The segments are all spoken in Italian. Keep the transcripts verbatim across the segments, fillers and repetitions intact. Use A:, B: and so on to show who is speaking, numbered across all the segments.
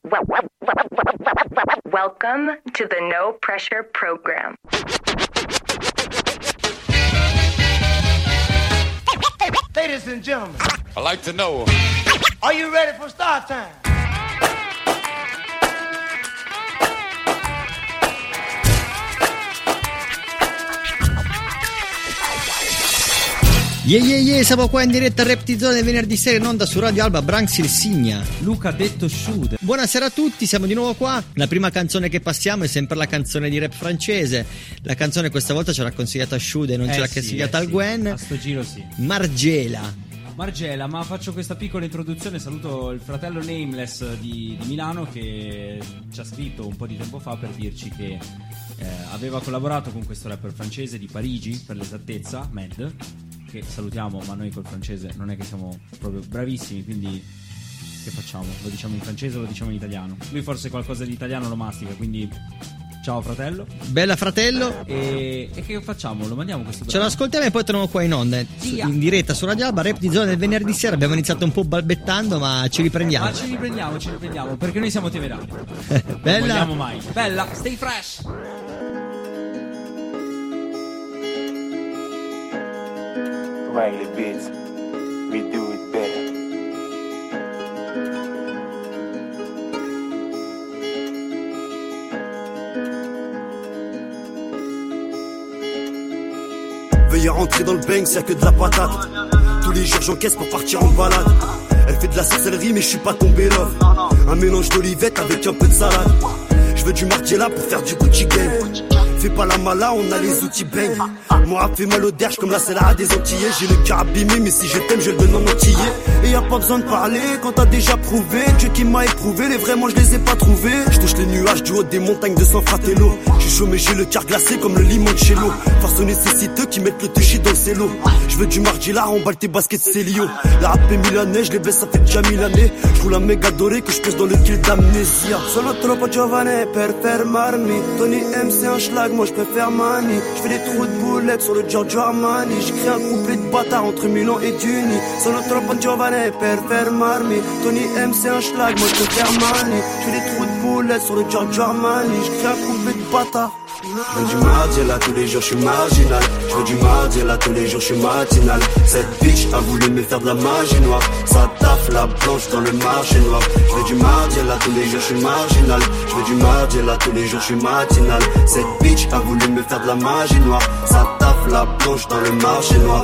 A: Welcome to the No Pressure Program.
B: Ladies and gentlemen,
C: I'd like to know,
B: are you ready for start time?
D: Yeah yeah yeah, siamo qua in diretta a Reptizone venerdì sera in onda su Radio Alba, Branks il Signa.
E: Luca detto Shude.
D: Buonasera a tutti, siamo di nuovo qua. La prima canzone che passiamo è sempre la canzone di rap francese. La canzone questa volta ce l'ha consigliata Shude, non
E: eh
D: ce l'ha
E: sì,
D: consigliata
E: eh
D: al
E: sì.
D: Gwen.
E: A sto giro sì.
D: Margela.
E: Margela, ma faccio questa piccola introduzione. Saluto il fratello Nameless di, di Milano che ci ha scritto un po' di tempo fa per dirci che eh, aveva collaborato con questo rapper francese di Parigi, per l'esattezza, Med, che salutiamo, ma noi col francese non è che siamo proprio bravissimi, quindi che facciamo? Lo diciamo in francese o lo diciamo in italiano? Lui forse qualcosa di italiano lo mastica, quindi ciao fratello.
D: Bella fratello.
E: E, e che facciamo? Lo mandiamo questo brano?
D: Ce lo ascoltiamo e poi torniamo qua in onda su, in diretta su Radio Alba, Reptizone del venerdì sera. Abbiamo iniziato un po' balbettando, ma ci riprendiamo.
E: Ma ci riprendiamo, ci riprendiamo, perché noi siamo temerari.
D: Bella.
E: Non vogliamo mai. Bella, stay fresh.
F: Riley Beats, we do it better.
G: Veuillez rentrer dans le bang, c'est que de la patate. Tous les jours j'encaisse pour partir en balade. Elle fait de la sorcellerie mais je suis pas tombé love. Un mélange d'olivette avec un peu de salade. Je veux du Margiela pour faire du Gucci gang. Fais pas la mala, on a les outils bang. Mon rap fait mal au derge comme la Célara des Antillais. J'ai le cœur abîmé mais si je t'aime je le donne en entier. Et y'a pas besoin de parler quand t'as déjà prouvé. Dieu qui m'a éprouvé, les vrais moi je les ai pas trouvés. Je touche les nuages du haut des montagnes de San Fratello. J'suis chaud mais j'ai le cœur glacé comme le limoncello. Force nécessiteux qui mettent le touchy dans le cello. Je veux du Margiela, remballe tes baskets Célio. La rap est milanais, je les baisse ça fait déjà mille années. J'roule un méga doré que je pèse dans le kill d'amnésia. Sono troppo giovane per fermarmi. Tony M c'est un schlag, moi je préfère Mani. Je fais des trous de boulettes sur le Giorgio Armani. J'écris un couplet de bâtard entre Milan et Duni. Sono troppo giovane per fermarmi. Tony M c'est un schlag, moi je préfère Mani. Je fais des trous de boulettes sur le Giorgio Armani. J'écris un couplet de bâtard. Je veux du Margiela tous les jours, je suis marginal. Je veux du Margiela tous les jours, je suis matinal. Cette bitch a voulu me faire de la magie noire. Ça taffe la blanche dans le marché noir. Je veux du Margiela tous les jours, je suis marginal. Je veux du Margiela tous les jours, je suis matinal. Cette bitch a voulu me faire de la magie noire. Ça taffe la blanche dans le marché noir.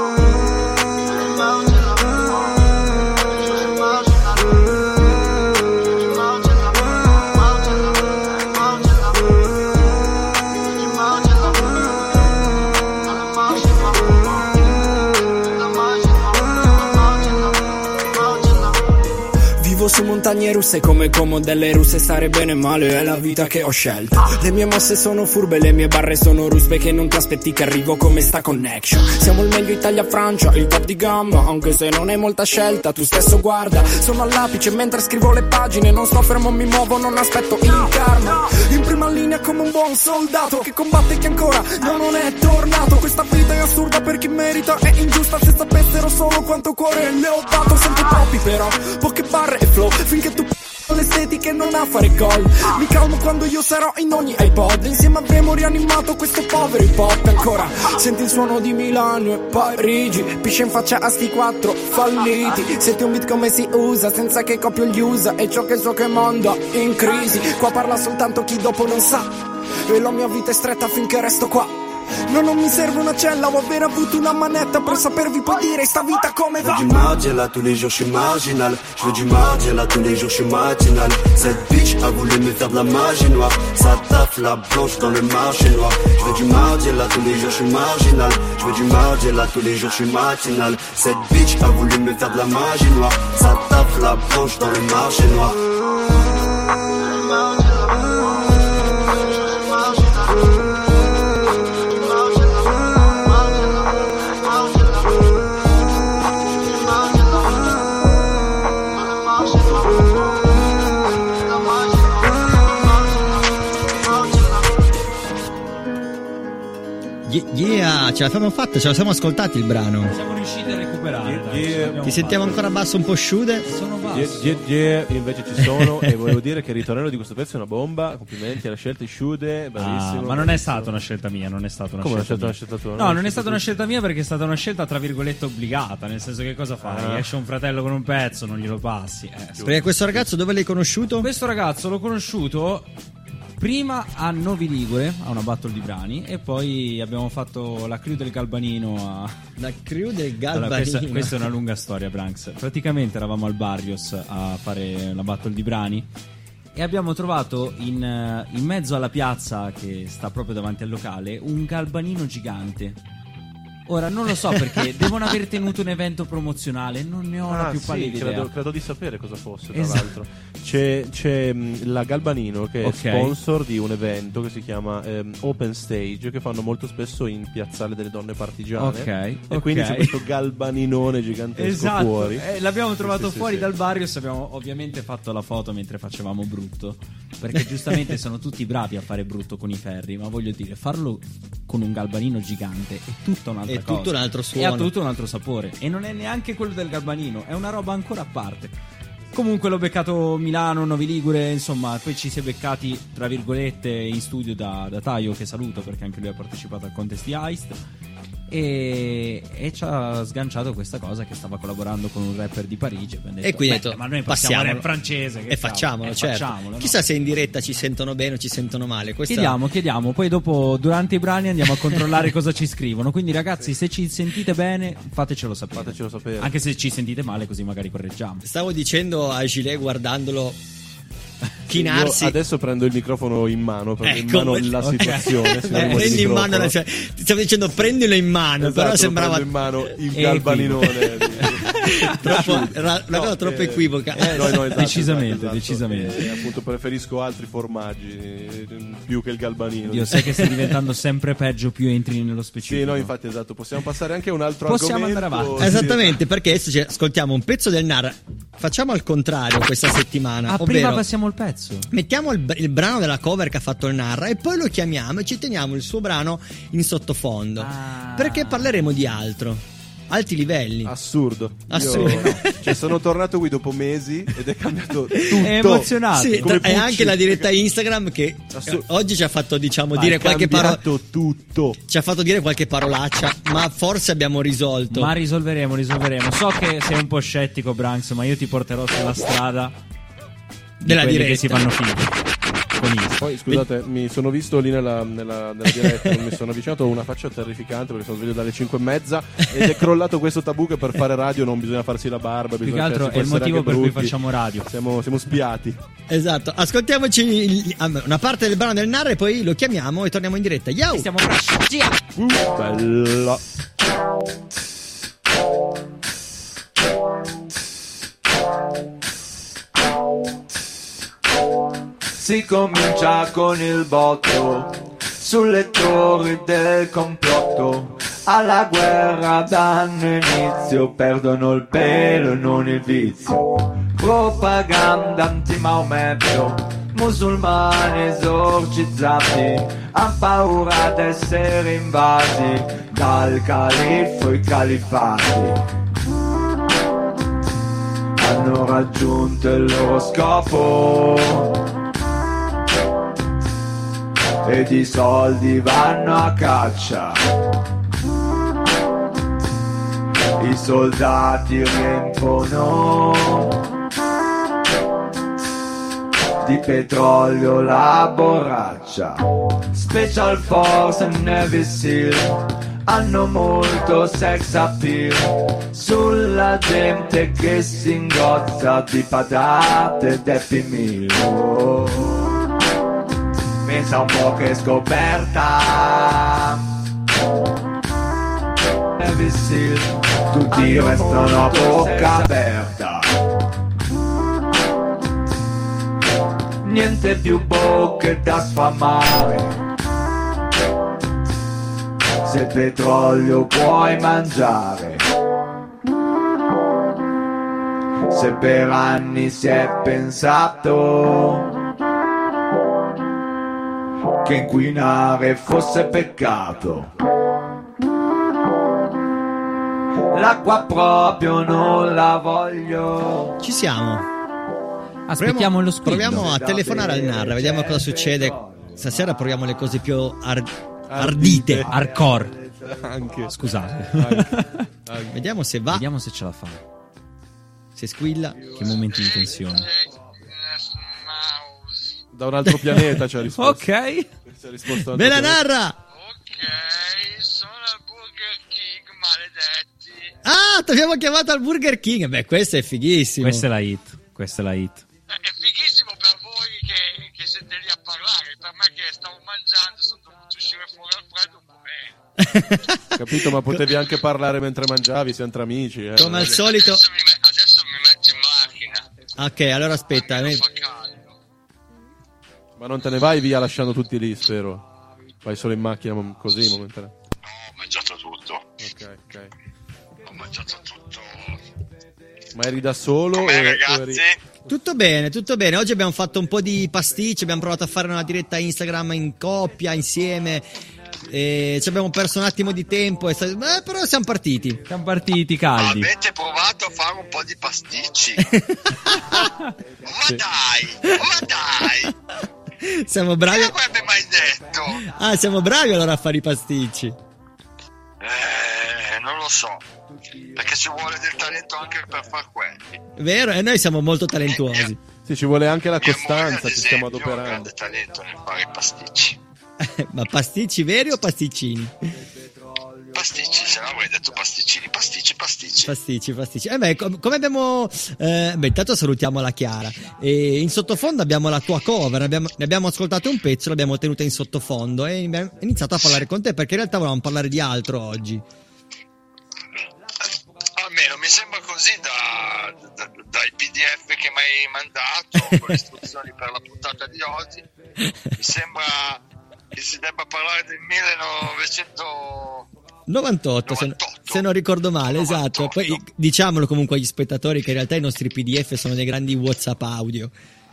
H: Su montagne russe come Como delle russe, stare bene e male è la vita che ho scelto. Le mie mosse sono furbe, le mie barre sono ruspe, che non ti aspetti che arrivo come sta connection. Siamo il meglio Italia-Francia, il top di gamma, anche se non hai molta scelta, tu stesso guarda. Sono all'apice mentre scrivo le pagine, non sto fermo, mi muovo, non aspetto il karma. In prima linea come un buon soldato che combatte che ancora no, non è tornato. Questa vita è assurda per chi merita, è ingiusta se sapessero solo quanto cuore ne ho dato. Sempre troppi però, poche barre e flow, finché tu l'estetica non ha fare gol. Mi calmo quando io sarò in ogni iPod. Insieme avremo rianimato questo povero hip hop. Ancora senti il suono di Milano e Parigi, pisce in faccia a sti quattro falliti. Senti un beat come si usa, senza che copio gli usa. E ciò che so che manda in crisi. Qua parla soltanto chi dopo non sa, e la mia vita è stretta finché resto qua. No, non mi serve una cella o aver avuto una manetta per sapervi poi dire sta vita come va.
G: Je veux du Margiela tous les jours, je suis marginal. Je veux du Margiela tous les jours, je suis matinal. Cette bitch a voulu me faire de la magie noire. Ça taffe la blanche dans le marché noir. Je veux du Margiela tous les jours, je suis marginal. Je veux du Margiela tous les jours, je suis matinal. Cette bitch a voulu me faire de la magie noire. Ça taffe la blanche dans le marché noir.
D: Ye- yeah, ce l'abbiamo fatta, ce la siamo ascoltati il brano.
E: Siamo riusciti a recuperare.
C: Yeah,
E: dai,
C: yeah.
E: ce l'abbiamo
D: Ti sentiamo
E: fatta.
D: ancora basso, un po' sciude?
E: Sono basso.
C: Yeah, yeah, yeah, io invece ci sono e volevo dire che il ritornello di questo pezzo è una bomba. Complimenti alla scelta di Shude, bravissimo.
E: Ah, ma non è stata una scelta mia, non è stata una
C: Come una
E: scelta
C: scelta-
E: mia.
C: una scelta tua?
E: No, non è
C: Una
E: stata una
C: scelta
E: scelta mia perché è stata una scelta tra virgolette obbligata, nel senso che cosa fai?
C: Ah.
E: Esce un fratello con un pezzo, non glielo passi. Eh,
D: Perché questo ragazzo dove l'hai conosciuto?
E: Questo ragazzo l'ho conosciuto prima a Novi Ligure, a una battle di brani, e poi abbiamo fatto la crew del Galbanino a...
D: La crew del
E: Allora,
D: Galbanino.
E: questa, questa è una lunga storia, Branks. Praticamente eravamo al Barrios a fare la battle di brani e abbiamo trovato in, eh, in mezzo alla piazza che sta proprio davanti al locale un galbanino gigante. Ora non lo so perché devono aver tenuto un evento promozionale, non ne ho la
C: Ah,
E: più
C: sì,
E: pallida idea.
C: credo, credo di sapere cosa fosse, tra
E: Esatto.
C: l'altro. C'è, c'è mh, la Galbanino che è
E: Ok.
C: sponsor di un evento che si chiama ehm, Open Stage, che fanno molto spesso in Piazzale delle Donne Partigiane.
E: Ok,
C: E
E: ok.
C: quindi c'è questo galbaninone gigantesco
E: Esatto,
C: fuori.
E: eh, l'abbiamo trovato
C: Sì, sì,
E: fuori
C: sì.
E: dal Barrios. Abbiamo ovviamente fatto la foto mentre facevamo brutto, perché giustamente sono tutti bravi a fare brutto con i ferri, ma voglio dire, farlo con un galbanino gigante è tutta un'altra
D: È
E: cosa,
D: tutto un altro suono.
E: e ha tutto un altro sapore, e non è neanche quello del galbanino, è una roba ancora a parte. Comunque l'ho beccato Milano, Novi Ligure, insomma, poi ci si è beccati tra virgolette in studio da, da Taio, che saluto perché anche lui ha partecipato al contest di Heist, e, e ci ha sganciato questa cosa che stava collaborando con un rapper di Parigi, abbiamo detto,
D: E quindi ho
E: "Beh,
D: detto,
E: ma noi passiamo
D: passiamolo.
E: rap francese che
D: E
E: cavolo,
D: facciamolo,
E: eh,
D: certo.
E: facciamolo, no?"
D: Chissà se in diretta ci sentono bene o ci sentono male. Questa...
E: Chiediamo, chiediamo, poi dopo durante i brani andiamo a controllare cosa ci scrivono. Quindi ragazzi, se ci sentite bene, fatecelo sapere.
C: Fatecelo sapere.
E: Anche se ci sentite male, così magari correggiamo.
D: Stavo dicendo a Gilet guardandolo chinarsi.
C: Io adesso prendo il microfono in mano, prendo in
D: Ecco,
C: mano la
D: ok.
C: situazione.
D: Eh,
C: fermo il
D: prendi in mano
C: microfono.
D: la, cioè, ti stavo dicendo prendilo in mano,
C: Esatto,
D: però
C: lo
D: sembrava
C: prendo in mano il
E: E
C: galbaninone.
D: troppo, era una
C: No,
D: cosa troppo
C: eh,
D: equivoca.
C: eh, no, no, esatto,
E: Decisamente,
C: esatto, esatto.
E: decisamente.
C: E appunto preferisco altri formaggi eh, più che il galbanino.
E: Io sai che stai diventando sempre peggio più entri nello specifico.
C: Sì, no, infatti, esatto. Possiamo passare anche a un altro
E: Possiamo
C: argomento.
E: andare avanti.
C: Sì.
D: Esattamente, perché adesso ci ascoltiamo un pezzo del Nar. Facciamo al contrario questa settimana,
E: Ah, prima
D: ovvero
E: passiamo il pezzo.
D: mettiamo il, il brano della cover che ha fatto il Narra e poi lo chiamiamo e ci teniamo il suo brano in sottofondo,
E: Ah.
D: perché parleremo di altro. Alti livelli.
C: Assurdo.
D: Assurdo.
C: Io, cioè, sono tornato qui dopo mesi ed è cambiato tutto.
E: È emozionato.
D: Sì,
C: come
D: tra- e
C: Pucci.
D: anche la diretta Instagram che
C: Assu-
D: oggi ci ha fatto, diciamo,
C: Ma
D: dire
C: è
D: qualche parola.
C: cambiato tutto.
D: Ci ha fatto dire qualche parolaccia, ma forse abbiamo risolto.
E: Ma risolveremo, risolveremo. So che sei un po' scettico, Branks, ma io ti porterò sulla strada di
D: Della
E: quelli
D: diretta.
E: che si fanno finti. Con Insta.
C: Poi scusate, mi sono visto lì nella, nella, nella diretta, non mi sono avvicinato, ho una faccia terrificante perché sono sveglio dalle cinque e mezza ed è crollato questo tabù che per fare radio non bisogna farsi la barba.
E: Più che
C: bisogna-
E: altro
C: si
E: è
C: può
E: il
C: essere
E: motivo
C: anche
E: per cui
C: brutti.
E: facciamo radio.
C: Siamo, siamo spiati.
D: Esatto, ascoltiamoci il- una parte del brano del Narra e poi lo chiamiamo e torniamo in diretta. Yo!
E: Stiamo crash, gira.
C: Uh, bella.
I: Si comincia con il botto, sulle torri del complotto. Alla guerra danno inizio, perdono il pelo e non il vizio. Propaganda anti-Maometto, musulmani esorcizzati, han paura d'essere invasi dal califfo e i califati. Hanno raggiunto il loro scopo ed i soldi vanno a caccia. I soldati riempono di petrolio la borraccia. Special Force e Navy Seal hanno molto sex appeal sulla gente che si ingozza di patate ed Happy Meal. Oh, pensa un po' che scoperta. Navy Seal, tutti restano a bocca aperta. Niente più bocche da sfamare, se il petrolio puoi mangiare. Se per anni si è pensato che inquinare fosse peccato, l'acqua proprio non la voglio.
D: Ci siamo.
E: Aspettiamo
D: proviamo,
E: lo squillo.
D: Proviamo a telefonare al Narra, vediamo cosa succede. Stasera proviamo le cose più ar- ardite.
E: Hardcore.
C: Anche.
E: Scusate.
C: Anche. Anche.
D: Vediamo se va.
E: Vediamo se ce la fa.
D: Se squilla.
E: Che momenti di tensione.
C: Da un altro pianeta ci ha risposto.
E: Ok.
C: Ci ha risposto un altro
D: Bella
C: pianeta.
D: Narra.
J: Ok, sono al Burger King, maledetti.
D: Ah, ti abbiamo chiamato al Burger King. Beh, questo è fighissimo.
E: Questa è la hit. Questa è la hit.
J: È fighissimo per voi che, che siete lì a parlare. Per me che stavo mangiando sono dovuto uscire fuori al freddo un po' meno.
C: Capito, ma potevi anche parlare mentre mangiavi, siamo tra amici. Eh.
D: Come al solito.
J: Adesso mi, me- adesso mi metto in macchina.
D: Ok, allora aspetta.
J: Almeno
D: eh,
J: fa caldo.
C: Ma non te ne vai via lasciando tutti lì, spero. Vai solo in macchina mom- così momentaneamente.
J: No, ho mangiato tutto.
C: Ok, ok.
J: Ho mangiato tutto.
C: Ma eri da solo?
J: Com'è,
C: o- o
J: ragazzi?
C: eri...
D: Tutto bene, tutto bene. Oggi abbiamo fatto un po' di pasticci, abbiamo provato a fare una diretta Instagram in coppia, insieme. E ci abbiamo perso un attimo di tempo, è stato- eh, però siamo partiti.
E: Siamo partiti caldi.
J: Avete provato a fare un po' di pasticci? Ma dai, ma dai.
D: Siamo
J: Chi
D: bravi.
J: l'avrebbe mai detto?
D: Ah, siamo bravi allora a fare i pasticci.
J: Eh, non lo so. Perché ci vuole del talento anche per far quelli.
D: Vero? E noi siamo molto talentuosi.
C: Sì, ci vuole anche la
J: Mia moglie,
C: costanza,
J: ad
C: ci stiamo
J: esempio, ha
C: adoperando.
J: grande talento nel fare i pasticci.
D: Ma pasticci veri o pasticcini?
J: Pasticci, se no avrei detto pasticcini, pasticci, pasticci.
D: Pasticci, pasticci. Eh beh, com- come abbiamo... Eh, beh, intanto salutiamo la Chiara. E in sottofondo abbiamo la tua cover, abbiamo- ne abbiamo ascoltato un pezzo, l'abbiamo tenuta in sottofondo e abbiamo iniziato a parlare con te perché in realtà volevamo parlare di altro oggi.
J: Almeno mi sembra così da, da- dai P D F che mi hai mandato con le istruzioni per la puntata di oggi. Mi sembra che si debba parlare del millenovecento
D: novantotto, se, se non ricordo male, esatto. Poi diciamolo comunque agli spettatori che in realtà i nostri P D F sono dei grandi WhatsApp audio.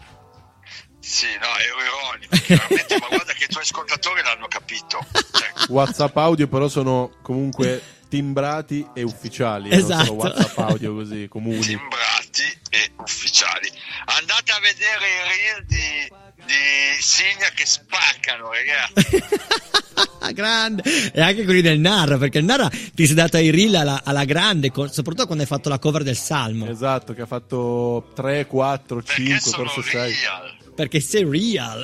J: Sì, no, ero ironico, chiaramente, ma guarda che i tuoi ascoltatori l'hanno capito. Cioè,
C: WhatsApp audio però sono comunque timbrati e ufficiali, eh,
D: Esatto.
C: non sono WhatsApp audio così comuni.
J: timbrati e ufficiali. Andate a vedere i reel di, di Signa che spaccano, ragazzi.
D: Grande. E anche quelli del Narra, perché il Narra ti sei dato ai reel alla, alla grande, con- soprattutto quando hai fatto la cover del Salmo.
C: Esatto, che ha fatto tre, quattro,
J: Perché
C: cinque,
J: sono
C: forse sei.
J: real,
D: Perché sei real.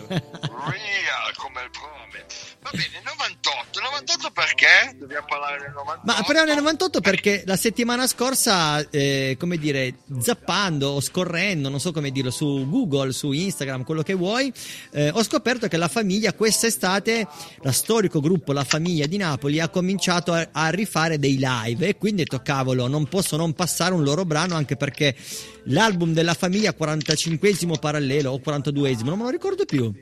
J: real come il prome. Va bene, novantotto, novantotto perché? Dobbiamo parlare del novantotto.
D: Ma parliamo del novantotto perché la settimana scorsa, eh, come dire, zappando o scorrendo, non so come dirlo, su Google, su Instagram, quello che vuoi, eh, ho scoperto che la famiglia quest'estate, la storico gruppo La Famiglia di Napoli, ha cominciato a, a rifare dei live e quindi ho detto cavolo, non posso non passare un loro brano anche perché l'album della famiglia quarantacinquesimo parallelo o quarantaduesimo, non me lo ricordo più.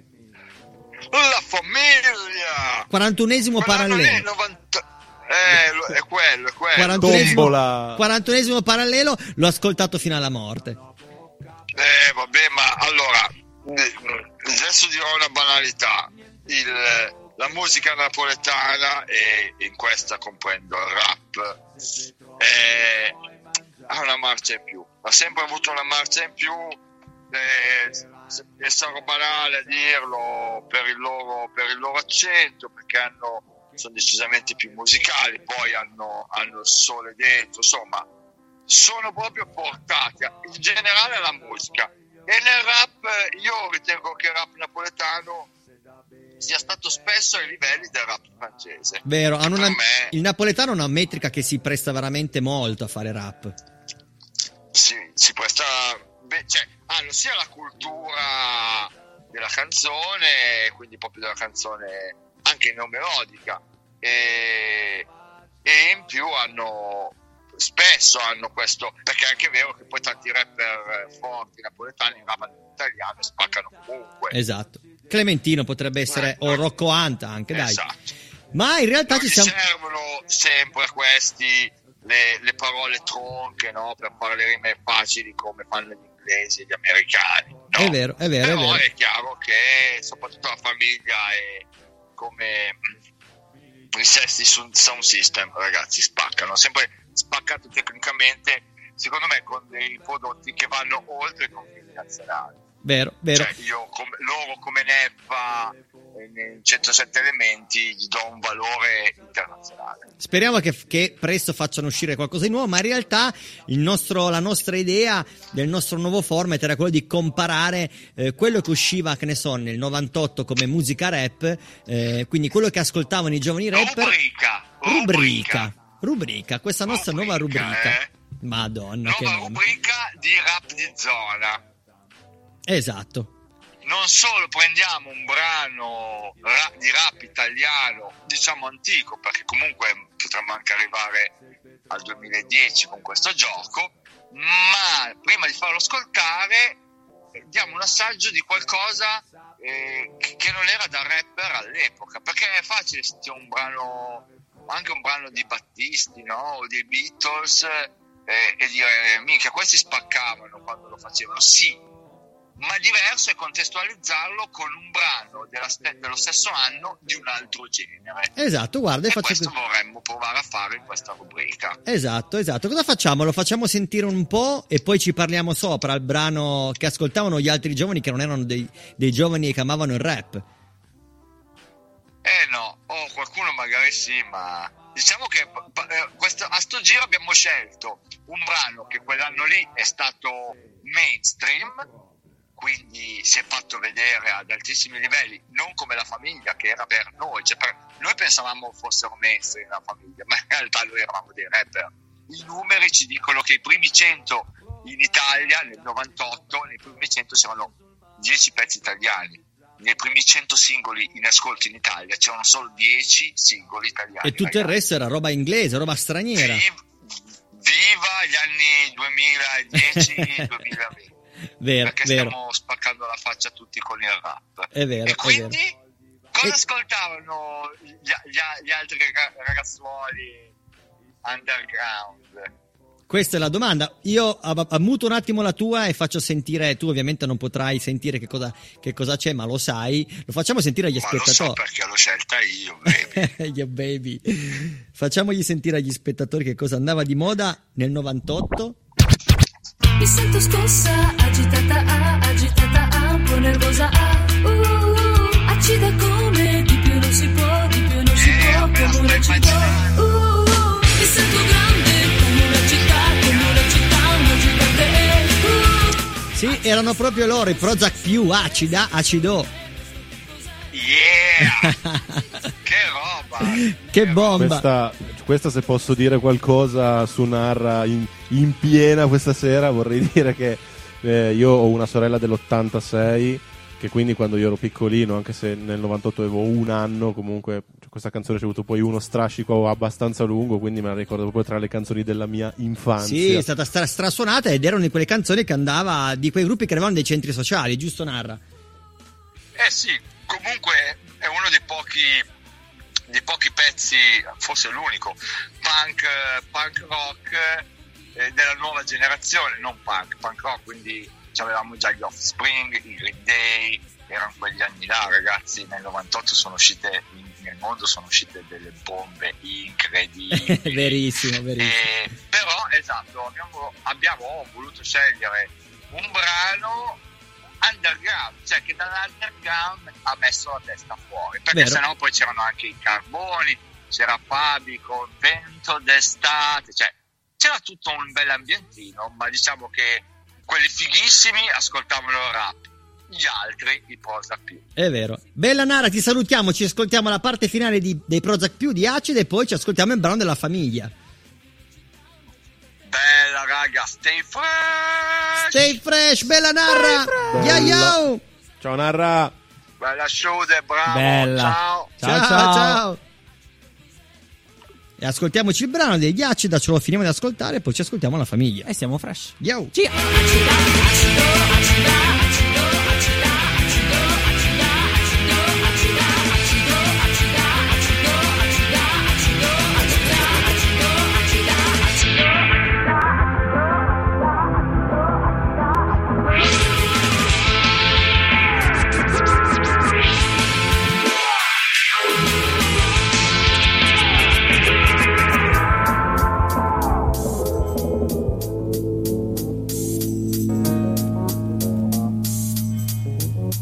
J: La famiglia!
D: quarantunesimo
J: Ma non è
D: parallelo.
J: novanta Eh, lo- è quello, è quello.
D: quarantunesimo,
C: Tombola.
D: quarantunesimo parallelo, l'ho ascoltato fino alla morte.
J: Eh, vabbè, ma allora, eh, adesso dirò una banalità. Il, la musica napoletana, e in questa comprendo il rap, eh, ha una marcia in più. Ha sempre avuto una marcia in più. Eh, e sarò banale a dirlo per il loro, per il loro accento, perché hanno, sono decisamente più musicali, poi hanno, hanno il sole dentro, insomma sono proprio portati a- in generale alla musica. E nel rap io ritengo che il rap napoletano sia stato spesso ai livelli del rap francese.
D: Vero, hanno
J: Per
D: una-
J: me
D: il napoletano ha una metrica che si presta veramente molto a fare rap.
J: si, si presta, beh, cioè hanno sia la cultura della canzone, quindi proprio della canzone anche non melodica, e, e in più hanno spesso hanno questo, perché è anche vero che poi tanti rapper forti napoletani rappano in italiano e spaccano comunque.
D: Esatto. Clementino potrebbe essere, o Rocco Anta anche, dai.
J: Esatto.
D: Ma in realtà
J: Non
D: ci
J: gli
D: siamo...
J: servono sempre a questi le, le parole tronche, no? Per fare le rime facili come fanno gli inglesi e gli americani, no?
D: È vero, è vero, è
J: Però
D: vero.
J: è chiaro che soprattutto la famiglia è come i sesti su Sound System, ragazzi, spaccano sempre, spaccato tecnicamente, secondo me, con dei prodotti che vanno oltre i confini nazionali.
D: Vero, vero.
J: Cioè io come, loro come Neffa in centosette elementi gli do un valore internazionale.
D: Speriamo che, che presto facciano uscire qualcosa di nuovo, ma in realtà il nostro, la nostra idea del nostro nuovo format era quello di comparare eh, quello che usciva, che ne so, nel novantotto come musica rap, eh, quindi quello che ascoltavano i giovani rapper.
J: Rubrica,
D: rubrica,
J: rubrica,
D: rubrica questa nostra
J: rubrica,
D: nuova rubrica.
J: Eh?
D: Madonna,
J: nuova
D: che nome.
J: rubrica di rap di zona.
D: Esatto.
J: Non solo prendiamo un brano ra- di rap italiano, diciamo antico, perché comunque potremmo anche arrivare al duemiladieci con questo gioco, ma prima di farlo ascoltare eh, diamo un assaggio di qualcosa eh, che non era da rapper all'epoca, perché è facile sentire un brano, anche un brano di Battisti, no? O dei Beatles eh, e dire minchia, questi spaccavano quando lo facevano, sì. Ma diverso è contestualizzarlo con un brano della st- dello stesso anno di un altro genere.
D: Esatto, guarda,
J: e
D: faccio
J: questo
D: que-
J: vorremmo provare a fare in questa rubrica.
D: Esatto, esatto. Cosa facciamo? Lo facciamo sentire un po' e poi ci parliamo sopra il brano che ascoltavano gli altri giovani che non erano dei, dei giovani che amavano il rap.
J: Eh no, oh, qualcuno magari sì, ma diciamo che eh, questo, a sto giro abbiamo scelto un brano che quell'anno lì è stato mainstream, quindi si è fatto vedere ad altissimi livelli, non come La Famiglia, che era per noi, cioè per, noi pensavamo fossero mainstream La Famiglia, ma in realtà noi eravamo dei rapper. I numeri ci dicono che i primi cento in Italia nel novantotto, nei primi cento c'erano dieci pezzi italiani, nei primi cento singoli in ascolto in Italia c'erano solo dieci singoli italiani.
D: E tutto ragazzi. Il resto era roba inglese, roba straniera.
J: Viva, viva gli anni duemiladieci duemilaventi.
D: Vero,
J: perché
D: vero.
J: stiamo spaccando la faccia a tutti con il rap.
D: È vero,
J: e quindi
D: è vero.
J: cosa
D: e...
J: ascoltavano gli, gli, gli altri ragazzuoli underground?
D: Questa è la domanda. Io ammuto un attimo la tua e faccio sentire, tu ovviamente non potrai sentire che cosa, che cosa c'è, ma lo sai, lo facciamo sentire agli
J: ma
D: spettatori.
J: Lo so perché l'ho scelta io, baby.
D: Yeah, baby. Facciamogli sentire agli spettatori che cosa andava di moda nel novantotto.
K: Mi sento scossa, agitata, ah, agitata, ah, un po' nervosa, ah, uh, uh, accida come di più non si può, di più non si
J: eh,
K: può, come una città, uh, uh, mi sento grande come una città, come una città, una gigante, uh.
D: Sì, erano proprio loro, i Prozac più acida, acido.
J: Yeah! Che roba!
D: Che bomba!
C: Questa, questa, se posso dire qualcosa su Narra in, in piena questa sera, vorrei dire che eh, io ho una sorella dell'ottantasei, che quindi quando io ero piccolino, anche se nel novantotto avevo un anno, comunque questa canzone ha avuto poi uno strascico abbastanza lungo, quindi me la ricordo proprio tra le canzoni della mia infanzia.
D: Sì, è stata stra- strasuonata ed erano di quelle canzoni che andava di quei gruppi che avevano dei centri sociali, giusto Narra?
J: Eh sì, comunque è uno dei pochi dei pochi pezzi, forse l'unico punk, punk rock eh, della nuova generazione, non punk, punk rock, quindi avevamo già gli Offspring, i Green Day, erano quegli anni là, ragazzi. Nel novantotto sono uscite in, nel mondo sono uscite delle bombe incredibili.
D: verissimo, verissimo.
J: E, però esatto, abbiamo, abbiamo voluto scegliere un brano underground, cioè che dall'underground ha messo la testa fuori, perché
D: Vero.
J: sennò poi c'erano anche i Carboni, c'era Fabi con Vento d'estate, cioè c'era tutto un bel ambientino, ma diciamo che quelli fighissimi ascoltavano il rap, gli altri i Prozac più.
D: È vero. Bella Nara, ti salutiamo, ci ascoltiamo la parte finale di, dei Prozac più di Acida e poi ci ascoltiamo il brano della Famiglia.
J: Bella raga, stay fresh!
D: Stay fresh, bella Narra! Yo yo!
C: Ciao Narra!
J: Bella Shude, bravo!
E: Bella.
J: Ciao!
D: Ciao, ciao, ciao! E ascoltiamoci il brano degli Acida, ce lo finiamo di ascoltare e poi ci ascoltiamo la Famiglia.
E: E siamo fresh.
D: Yo!
E: Cia.
K: Acida, acido, acida, acido, acida, acido, acida, acido, acida, acido, acida, acido, acida, acido, acida, acido, acida, acido.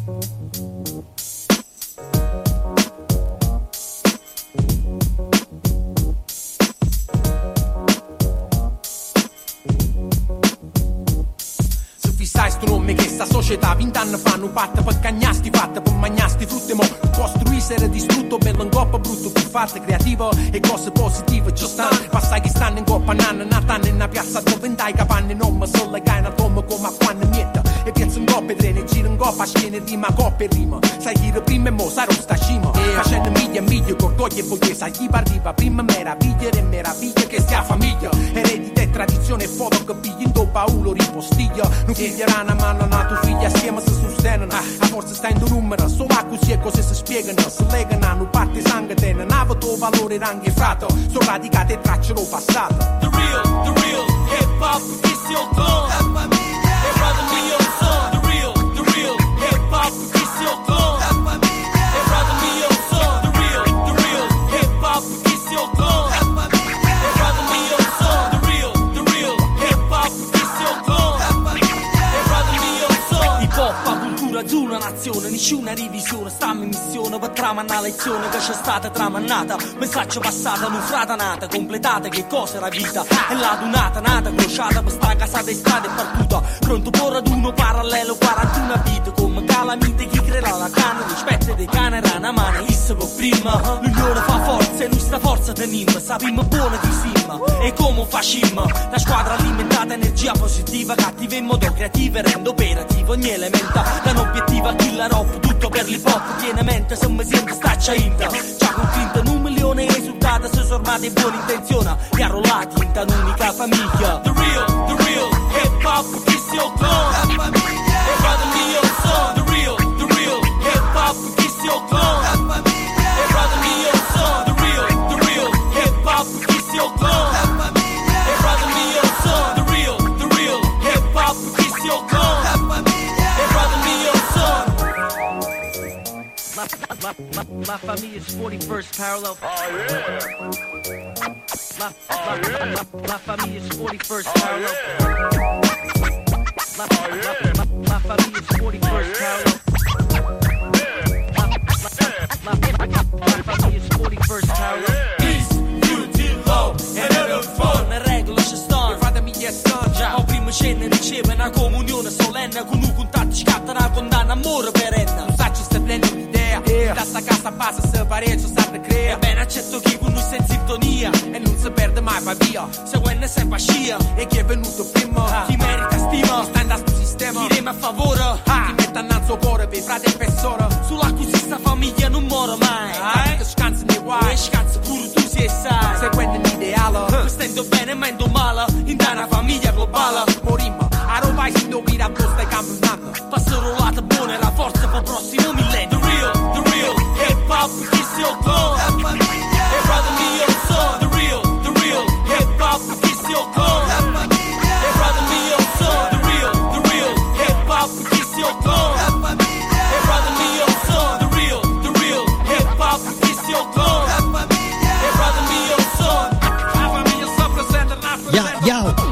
L: Sai sto nome che sta società vent'anni fa non fatta per cagnasti fatta per magnasti frutte mo costruisere distrutto bello in coppa brutto più fatta creativo e cose positive ci stanno passai che stanno in coppa nanna natana in una piazza dove vendai capanne non mi sono legai una tomba come a quando mietta e piazza in coppa e trene gira in coppa schiene rima coppa e rima sai chi era prima e mo sarò sta cima facendo miglia miglia cordoglio e vogliesa chi arriva prima meraviglia e meraviglia che stia famiglia eredità e tradizione e foto che pigli in do paulo ripostiglia non figlia una mano a tua figlia assieme si sostengono a forza sta in numero solo così e cose si spiegano si legano hanno parte sangue tene nave tuo valore ranghi e frato sono radicate e tracciano passato the real the real hip hop is your clone è famiglia e brother mio son the real the real hip hop is your clone è famiglia e brother mio son the real the real hip hop is your clone è famiglia e brother mio son the real the real hip hop is your clone Coppa, cultura di una nazione, nessuna revisione, stiamo in missione per tramare una lezione che c'è stata tramannata, messaggio passato, non frata nata, completata, che cosa era vita, è la dunata nata, crociata per sta casata e strada e partuta, pronto per raduno parallelo, quarantuno vite, come calamite, chi creda la canna, rispetto dei cani, rana mano, isso per prima, l'unione fa forza e noi sta forza teniamo, sappiamo buono di simma, e come facciamo, la squadra alimentata, energia positiva, cattiva in modo creativo, rendo operativo, ogni elementa da obiettiva killer hop tutto per l'hip hop tiene mente se mi sento staccia inta già con tinta un milione di risultati se sormate buone intenzioni e arrollati in un'unica famiglia the real the real hip hop is your clone è famiglia e brother mio son the real the real hip hop is your clone è famiglia e brother mio son the real the real hip hop is your clone è famiglia e brother mio son the real the real hip hop is your clone è famiglia My, my, my, my family's forty-first parallel. Oh, yeah. My, my, my, my, my family's forty-first parallel. My, oh, yeah. my, my, my family's forty-first parallel. My, my, my, my, my family's forty-first parallel. Peace, unity, love, and other fun. Le regole ci stanno. Fatemi gli son. Già, ho prima cena riceve una comunione solenne con un contatto scatta una condanna amore perenne. Non sacci sta prendendo l'idea. Yeah. Da sta casa passa se pareggio sa te crea. Ebbene accetto chi con noi sei in sintonia e non si perde mai va via. Seguendo sempre scia e chi è venuto prima. Ah. Chi merita stima. Chi sta in sto sistema. Chi rema a favore. Ah. Chi mette annanzo cuore per i frate e per sora. Sulla così sta famiglia non muore mai. Ah. Che scansi nei guai. E scansi pure tu si e sai. Seguendo l'ideale. Uh. Stendo bene ma endo male. In una famiglia globale. Morimmo. A roba si indovina a posta e camminando. Passano lato buone e la forza per il prossimo millennio. The real, the real hip hop is your clone. È famiglia. E brother mio son. The real, the real hip hop is your clone. È famiglia. E brother mio son. The real, the real hip hop is your clone. È famiglia. E brother mio son. The real, the real hip hop is your clone. È famiglia. E brother mio son. La famiglia sta presente, rappresenta.
D: Yeah, yeah.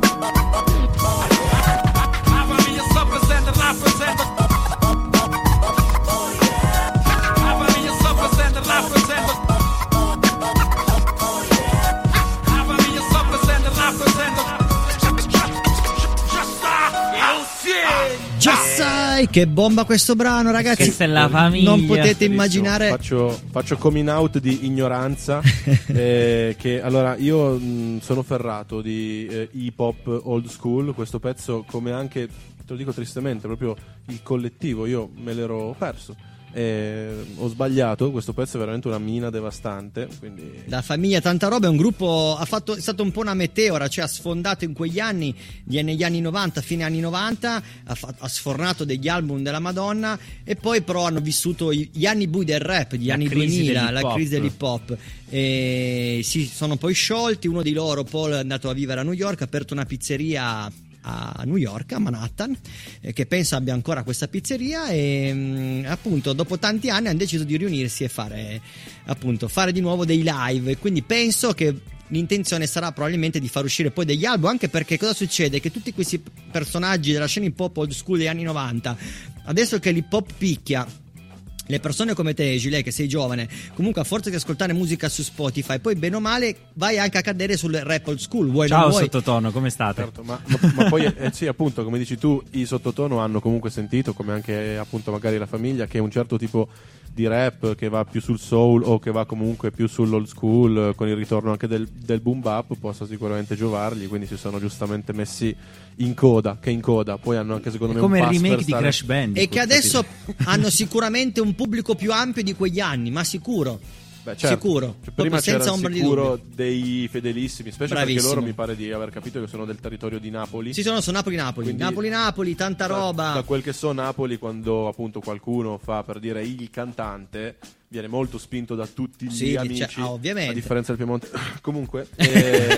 D: Che bomba questo brano, ragazzi!
E: Questa è la famiglia.
D: Non potete immaginare.
C: Faccio, faccio coming out di ignoranza. eh, che allora io mh, sono ferrato di eh, hip hop old school. Questo pezzo, come anche te lo dico tristemente, proprio il collettivo, io me l'ero perso. Eh, ho sbagliato, questo pezzo è veramente una mina devastante, quindi...
D: La famiglia tanta roba è un gruppo, ha fatto, è stato un po' una meteora, cioè ha sfondato in quegli anni, negli anni novanta, fine anni novanta, ha, fatto, ha sfornato degli album della Madonna e poi però hanno vissuto gli anni bui del rap, gli
E: la
D: anni duemila, la crisi dell'hip hop e si sono poi sciolti. Uno di loro, Paul, è andato a vivere a New York, ha aperto una pizzeria a New York, a Manhattan, eh, che penso abbia ancora questa pizzeria e mh, appunto dopo tanti anni hanno deciso di riunirsi e fare appunto fare di nuovo dei live, e quindi penso che l'intenzione sarà probabilmente di far uscire poi degli album, anche perché cosa succede? Che tutti questi personaggi della scena hip hop old school degli anni novanta, adesso che l'hip hop picchia, le persone come te, Gilet, che sei giovane, comunque a forza di ascoltare musica su Spotify, poi bene o male vai anche a cadere sul rap old school. Vuoi,
E: Ciao
D: non vuoi?
E: Sottotono, come state?
C: Certo, ma, ma, ma poi eh, sì, appunto, come dici tu, i Sottotono hanno comunque sentito, come anche appunto magari la famiglia, che un certo tipo di rap che va più sul soul o che va comunque più sull'old school, con il ritorno anche del, del boom bap, possa sicuramente giovargli, quindi si sono giustamente messi in coda, che in coda poi hanno anche secondo
E: È
C: me
E: come
C: un
E: il
C: pass
E: remake
C: per
E: di
C: stare...
E: Crash Bandicoot,
D: E che adesso hanno sicuramente un pubblico più ampio di quegli anni, ma sicuro.
C: Beh, certo.
D: Sicuro,
C: Cioè, prima
D: senza
C: c'era
D: ombra di
C: sicuro
D: dubbio.
C: dei fedelissimi, specie
D: Bravissimo.
C: perché loro mi pare di aver capito che sono del territorio di Napoli.
D: Sì, sono su Napoli-Napoli.
C: Quindi-
D: Napoli-Napoli, tanta
C: Da-
D: roba.
C: Da quel che so, Napoli, quando appunto qualcuno fa per dire il cantante, viene molto spinto da tutti gli
D: Sì, di-
C: amici,
D: cioè, ah, ovviamente.
C: a differenza del Piemonte. Comunque, eh,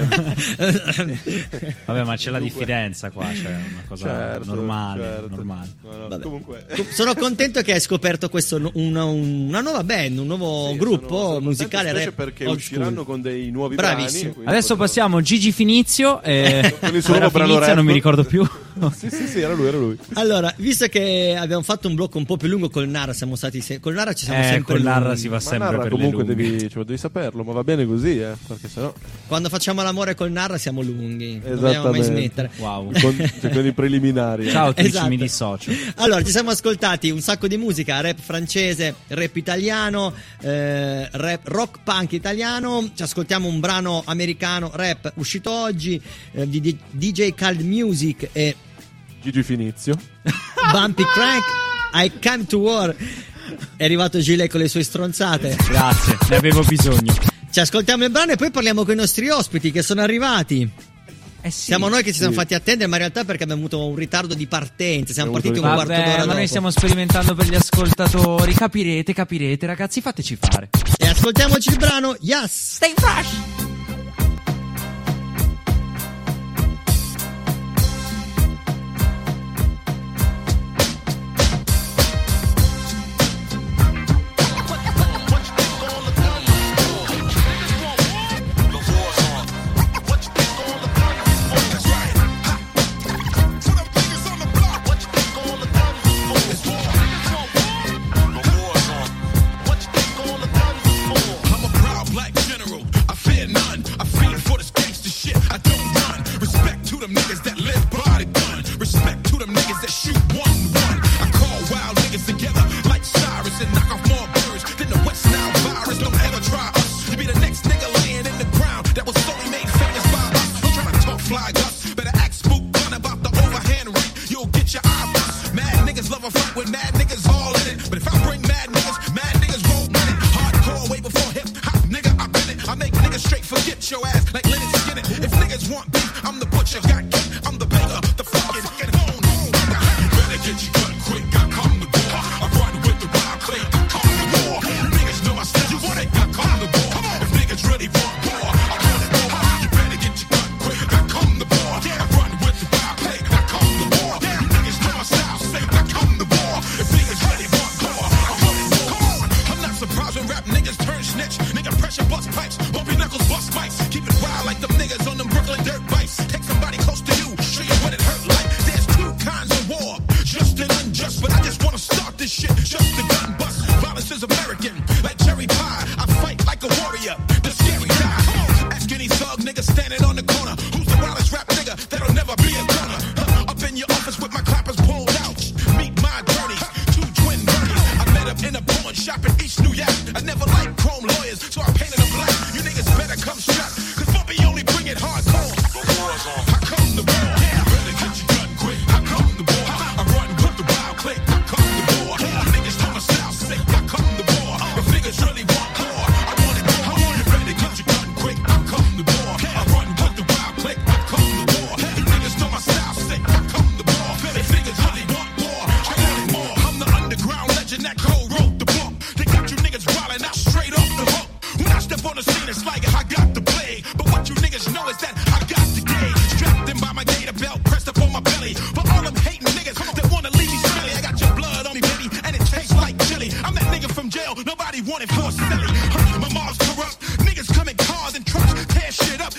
E: Vabbè, ma c'è la
C: Dunque-
E: diffidenza qua, cioè una cosa
C: certo,
E: normale,
C: certo.
E: normale.
C: No, no,
D: Vabbè.
C: comunque,
D: Sono contento che hai scoperto questo, nu- una, un- una nuova band, un nuovo
C: sì,
D: gruppo
C: sono- sono
D: musicale
C: contento, specie
D: rap
C: perché
D: old
C: usciranno
D: school.
C: con dei nuovi
D: Bravissimo.
C: brani. quindi
E: Adesso
C: potrò-
E: passiamo Gigi Finizio e
C: Con il suo
E: era
C: nuovo brano
E: Finizio,
C: rap.
E: non mi ricordo più.
C: Sì, sì, sì, era lui, era lui.
D: Allora, visto che abbiamo fatto un blocco un po' più lungo col Narra, siamo stati se- col Narra ci siamo
E: Eh,
D: sempre
E: col Narra
D: lunghi.
E: si va
C: Ma
E: sempre
C: Narra,
E: per le
C: comunque
E: lunghe.
C: devi, cioè, devi saperlo, ma va bene così, eh, perché sennò
D: Quando facciamo l'amore col Narra siamo lunghi, non dobbiamo mai
C: Esattamente.
D: smettere.
E: Wow.
C: con, cioè, con i preliminari. eh.
E: Ciao Twitch,
D: Esatto.
E: mi dissocio.
D: Allora, ci siamo ascoltati un sacco di musica, rap francese, rap italiano, eh, rap, rock punk italiano. Ci ascoltiamo un brano americano, rap, uscito oggi, eh, di di- D J Called Music e
C: Gigi Finizio.
D: Bumpy Crank, I Come to War. È arrivato Gilet con le sue stronzate.
E: Grazie, ne avevo bisogno.
D: Ci ascoltiamo il brano e poi parliamo con i nostri ospiti che sono arrivati.
E: Eh sì.
D: Siamo noi che ci siamo
C: sì.
D: fatti attendere, ma in realtà perché abbiamo avuto un ritardo di partenza. Siamo
C: Abbiamo
D: partiti un
C: avuto
D: quarto
E: Vabbè,
D: d'ora
E: ma
D: dopo.
E: noi stiamo sperimentando per gli ascoltatori. Capirete, capirete, ragazzi, fateci fare.
D: E ascoltiamoci il brano Yes.
E: Stay fresh.
M: I'm a proud black general. I fear none. I feed for this gangster shit. I don't run. Respect to them niggas that live by the gun. Respect to them niggas that shoot one one. I call wild niggas together like Cyrus and knock off more birds than the West Nile virus. Don't ever try us. You be the next nigga laying in the ground that was solely made famous by us. Trying to talk fly us. Better act spook gun about the overhand rate. You'll get your eye bust. Mad niggas love a fight with mad niggas all in it. But if I bring mad niggas, mad niggas won't win it. Hardcore way before hip hop, nigga, I've been it. I make niggas straight forget your ass like Leonard Skinner. If niggas want beef, I'm the butcher. Got kick, I'm the baker, the fucking fucking bone. You better get your gun quick. I come to war. I run with the wild clay. I come to war. You niggas know my style. You want it? I come to war. If niggas really want war, I want it war. You better get your gun quick. I come to war. I run with the wild clay. I come to war. You niggas know my style. Say I come to war. If niggas really want war, I want it war. I'm not surprised when rap niggas turn snitch. Nigga pressure bust pipes. Bumpy knuckles bust mics. Keep it wild like them niggas on them Brooklyn dirt bikes. Take somebody close to you. Show you what it hurt like. There's two kinds of war. Just and unjust. But I just wanna start this shit. Just the gun bust. Violence is American. Like cherry pie. I fight like a warrior. The scary die. Ask any thug nigga standing on the corner. Who's the wildest rap nigga that'll never be a gunner? Huh, up in your office with my clappers pulled out. Meet my attorneys. Two twin Bernies. I met up in a pawn shop in East New York. I never liked chrome lawyers, so I painted them black. You niggas better come strapped. Cause Bumpy only bring it hardcore. The war's on. I come to war. You better get your gun quick. I come to war. I run with the wild click. I come to war. You niggas know my style sick. I come to war. If niggas really want war, I want it war. You better get your gun quick. I come to war. I run with the wild click. I come to war. You niggas know my style sick. I come to war. If niggas really want war, I want it more. I'm the underground legend that cold wrote the book. They got you niggas wildin' out straight off the hook. When I step on the scene, it's like I got the plague. But what you niggas know is that I got the gauge. Strapped in by my gator belt, pressed up on my belly. For all them hating niggas that wanna leave me silly, I got your blood on me, baby, and it tastes like chili. I'm that nigga from jail, nobody wanted for silly. Huh, my mom's corrupt, niggas come in cars and trucks, tear shit up.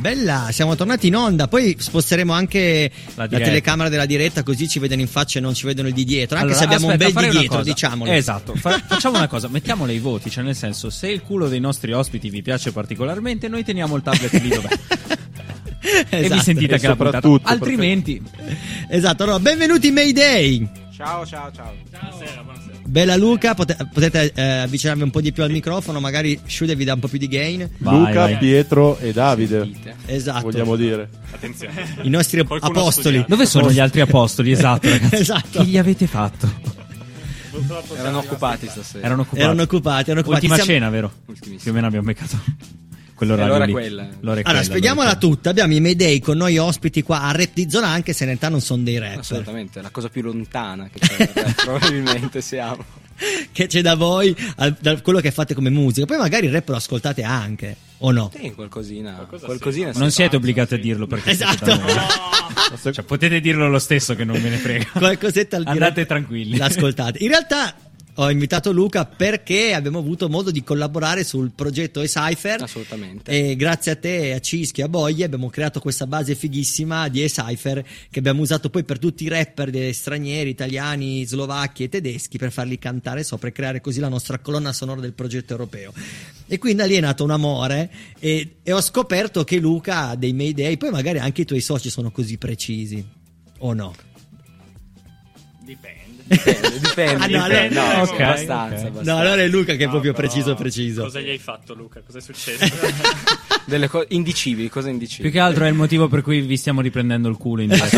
D: Bella, siamo tornati in onda. Poi sposteremo anche
E: La
D: la,
E: diretta.
D: telecamera della diretta, così ci vedono in faccia e non ci vedono il di dietro. Anche
E: Allora,
D: se abbiamo
E: aspetta,
D: un bel
E: farei
D: di
E: una
D: dietro,
E: cosa.
D: diciamolo.
E: Esatto, Fa- facciamo una cosa, mettiamole i voti, cioè nel senso, se il culo dei nostri ospiti vi piace particolarmente, noi teniamo il tablet lì dov'è. E vi
D: Esatto.
E: sentite
C: E
E: che la puntata.
C: soprattutto,
E: Altrimenti
D: Esatto, allora, benvenuti Mayday.
N: Ciao, ciao, ciao. Buonasera, buonasera.
D: Bella Luca, pote- potete eh, avvicinarvi un po' di più al microfono, magari Shude vi dà un po' più di gain.
E: Vai,
C: Luca,
E: vai.
C: Pietro e Davide.
D: Esatto.
C: Vogliamo dire.
N: Attenzione.
D: I nostri
N: Qualcuno ha
D: apostoli.
N: studiato.
E: dove sono gli altri apostoli? Esatto, ragazzi.
D: Esatto.
E: Chi li avete fatto?
N: Purtroppo
O: Erano occupati stasera.
E: Erano occupati.
D: Erano occupati, erano occupati.
E: Ultima
D: Siamo-
E: cena, vero?
O: Ultimissima.
E: Più o meno abbiamo beccato quell'orario
O: L'ora è
E: lì.
O: quella.
E: L'ora è
D: Allora,
E: quella,
D: spieghiamola
E: l'ora è quella.
D: tutta. Abbiamo i Mayday con noi ospiti qua a Rap di Zona, anche se in realtà non sono dei rapper.
O: Assolutamente, la cosa più lontana che c'è, eh, probabilmente siamo.
D: Che c'è da voi, al- da quello che fate come musica. Poi magari il rap lo ascoltate anche, o no?
O: Sì, qualcosina.
N: Qualcosa
O: qualcosina
E: Non
O: si
E: siete
O: fa.
E: obbligati a dirlo perché
D: Esatto.
E: siete da noi. Cioè, potete dirlo lo stesso che non me ne frega.
D: Qualcosetta al
E: Andate
D: dire-
E: tranquilli.
D: L'ascoltate. In realtà ho invitato Luca perché abbiamo avuto modo di collaborare sul progetto E-Cypher.
O: Assolutamente.
D: E grazie a te, a Cischi e a Boglie abbiamo creato questa base fighissima di E-Cypher che abbiamo usato poi per tutti i rapper dei stranieri, italiani, slovacchi e tedeschi per farli cantare sopra e creare così la nostra colonna sonora del progetto europeo. E quindi da lì è nato un amore e, e ho scoperto che Luca ha dei Mayday, poi magari anche i tuoi soci sono così precisi, o no?
N: Dipende.
O: Dipende, dipende.
D: Ah, no,
O: dipende.
D: allora-
O: No,
E: ok,
O: abbastanza,
E: ok.
O: abbastanza.
D: No, allora è Luca che è
N: No,
D: proprio
N: però,
D: preciso preciso.
N: Cosa gli hai fatto, Luca? Cosa è successo?
O: Delle cose indicibili, cose
E: Più
O: indicibili.
E: che altro è il motivo per cui vi stiamo riprendendo il culo in diretta.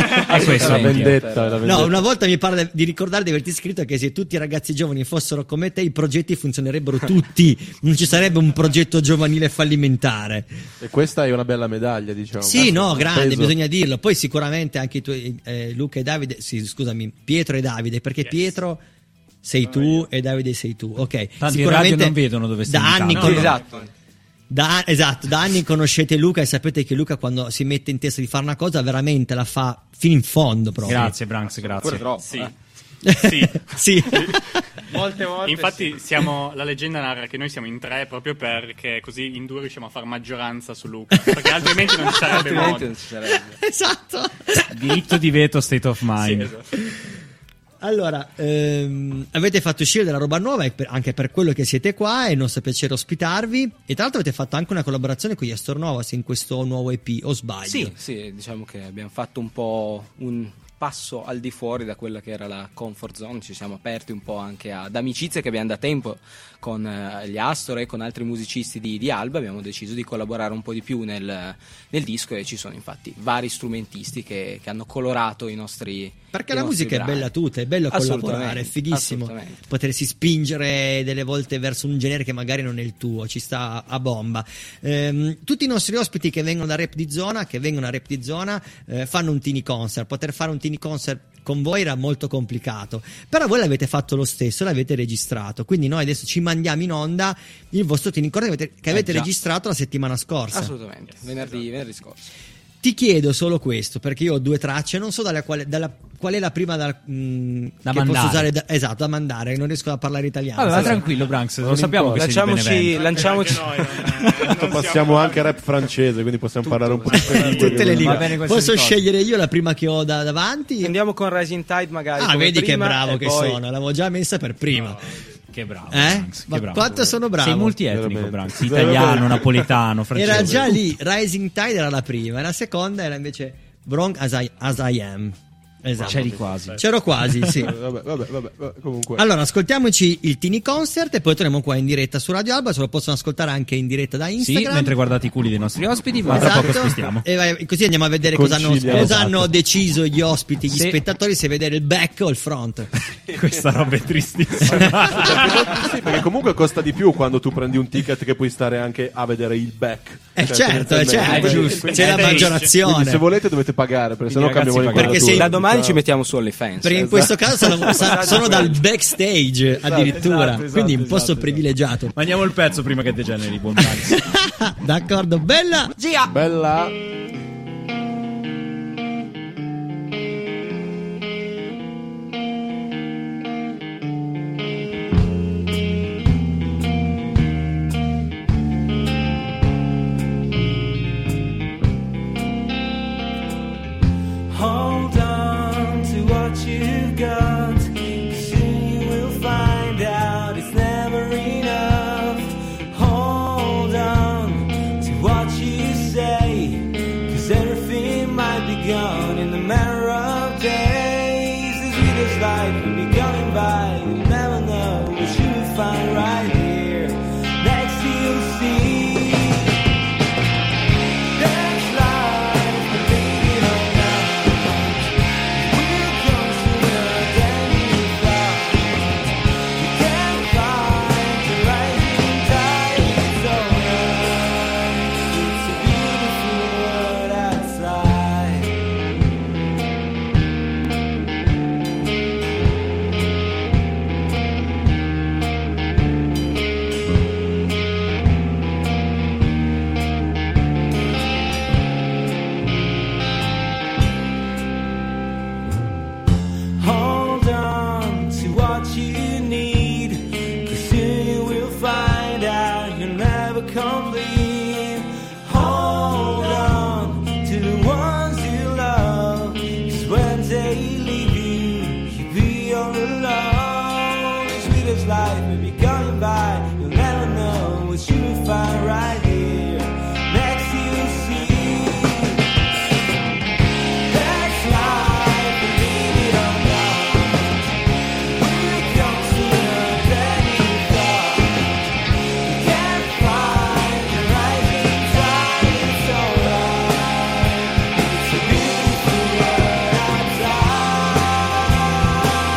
E: È questo
C: La
E: il motivo.
C: vendetta, la vendetta.
D: No, una volta mi pare di ricordare di averti scritto che se tutti i ragazzi giovani fossero come te, i progetti funzionerebbero tutti, non ci sarebbe un progetto giovanile fallimentare.
C: E questa è una bella medaglia, diciamo.
D: Sì, no, grande,
C: Peso.
D: bisogna dirlo. Poi sicuramente anche i tuoi eh, Luca e Davide, sì, scusami, Pietro e Davide, perché
N: Yes.
D: Pietro sei tu e Davide sei tu. Ok,
E: Tanti in radio non vedono dove stai
D: da anni
E: invitando.
D: con-
O: Esatto.
D: Da, esatto, da anni conoscete Luca e sapete che Luca quando si mette in testa di fare una cosa veramente la fa fino in fondo proprio.
E: Grazie, Branks,
O: Pure
E: grazie.
O: troppo.
N: Sì.
O: eh.
N: Sì.
D: Sì.
N: Molte volte. Infatti, siamo, la leggenda narra che noi siamo in tre proprio perché così in due riusciamo a fare maggioranza su Luca. Perché altrimenti non ci sarebbe
O: Altrimenti
N: modo.
O: non ci sarebbe.
D: Esatto.
E: Diritto di veto, state of
N: Sì,
E: mind.
N: esatto.
D: Allora, ehm, avete fatto uscire della roba nuova e per- anche per quello che siete qua, è il nostro piacere ospitarvi. E tra l'altro avete fatto anche una collaborazione con gli Astor Novas in questo nuovo E P, o sbaglio?
O: Sì, sì, diciamo che abbiamo fatto un po' un passo al di fuori da quella che era la comfort zone, ci siamo aperti un po' anche ad amicizie che abbiamo da tempo con eh, gli Astor e con altri musicisti di, di Alba. Abbiamo deciso di collaborare un po' di più nel, nel disco e ci sono infatti vari strumentisti che, che hanno colorato i nostri
D: Perché
O: i
D: la
O: nostri
D: musica è
O: brani.
D: bella tutta, è bello
O: Assolutamente,
D: collaborare, è fighissimo
O: assolutamente.
D: potersi spingere delle volte verso un genere che magari non è il tuo, ci sta a bomba. Ehm, tutti i nostri ospiti che vengono da Rap di Zona, che vengono a Rap di Zona, eh, fanno un teeny concert. Poter fare un teeny concert con voi era molto complicato, però voi l'avete fatto lo stesso, l'avete registrato, quindi noi adesso ci mandiamo in onda il vostro teeny concert che avete, che avete
O: Eh, già.
D: registrato la settimana scorsa.
O: Assolutamente, venerdì, venerdì scorso.
D: Ti chiedo solo questo, perché io ho due tracce, non so dalla quale, dalla, qual è la prima da, mh,
E: Da
D: che
E: mandare.
D: posso usare, da- esatto, da mandare, non riesco a parlare italiano.
E: Vabbè, ma
D: Sì.
E: tranquillo, Branks, lo
C: Non
E: sappiamo che sei di
O: Lanciamoci,
E: Benevento.
O: lanciamoci.
C: Tanto passiamo anche rap francese, quindi possiamo parlare un po' di quelle lingue.
D: Tutte le
E: Va
D: lingue.
E: bene qualsiasi
D: Posso
E: cosa.
D: scegliere io la prima che ho da, davanti?
O: Andiamo con Rising Tide magari.
D: Ah,
O: come
D: vedi
O: prima,
D: che bravo
O: e
D: che
O: poi-
D: sono, l'avevo già messa per prima.
E: Che bravo,
D: Eh?
E: Branks, che
D: Ma
E: bravo.
D: quanto sono bravo?
E: Sei multietnico,
C: Veramente.
E: Branks. Italiano, napoletano, francese.
D: Era già lì, Rising Tide era la prima, e la seconda era invece Wrong as I, as I Am. Esatto.
E: C'eri quasi.
D: C'ero quasi, sì.
C: Vabbè, vabbè, vabbè, vabbè, comunque.
D: Allora, ascoltiamoci il Teeny Concert e poi torniamo qua in diretta su Radio Alba. Se lo possono ascoltare anche in diretta da
E: Sì,
D: Instagram.
E: mentre guardate i culi dei nostri ospiti, ma tra
D: Esatto.
E: poco spostiamo.
D: E vai- così andiamo a vedere cosa hanno,
C: Conciliano.
D: cosa
E: Esatto.
D: hanno deciso gli ospiti, gli
E: Sì.
D: spettatori, se vedere il back o il front.
E: Questa roba è tristissima.
C: Sì, perché comunque costa di più quando tu prendi un ticket che puoi stare anche a vedere il back.
D: Eh
C: Cioè,
D: certo, eh,
C: tendenzialmente.
D: certo.
E: giusto.
D: C'è la
C: Quindi
D: maggiorazione.
C: se volete dovete pagare, perché sennò
E: ragazzi,
C: cambiamo
E: pagate.
D: Perché sei-
O: Da domani ci mettiamo su OnlyFans.
D: Perché in questo caso sono, sa- sono dal backstage addirittura,
E: esatto, esatto,
D: quindi un posto
E: esatto,
D: privilegiato.
E: Mandiamo il pezzo prima che degeneri, buon Branks.
D: D'accordo, bella.
C: Bella.
P: much life may be coming by. You'll never know what you will find right here next to you. See, that's life, believe it or not. Will come sooner than you thought. You can't find the rising tide. It's alright. It's a beautiful world outside.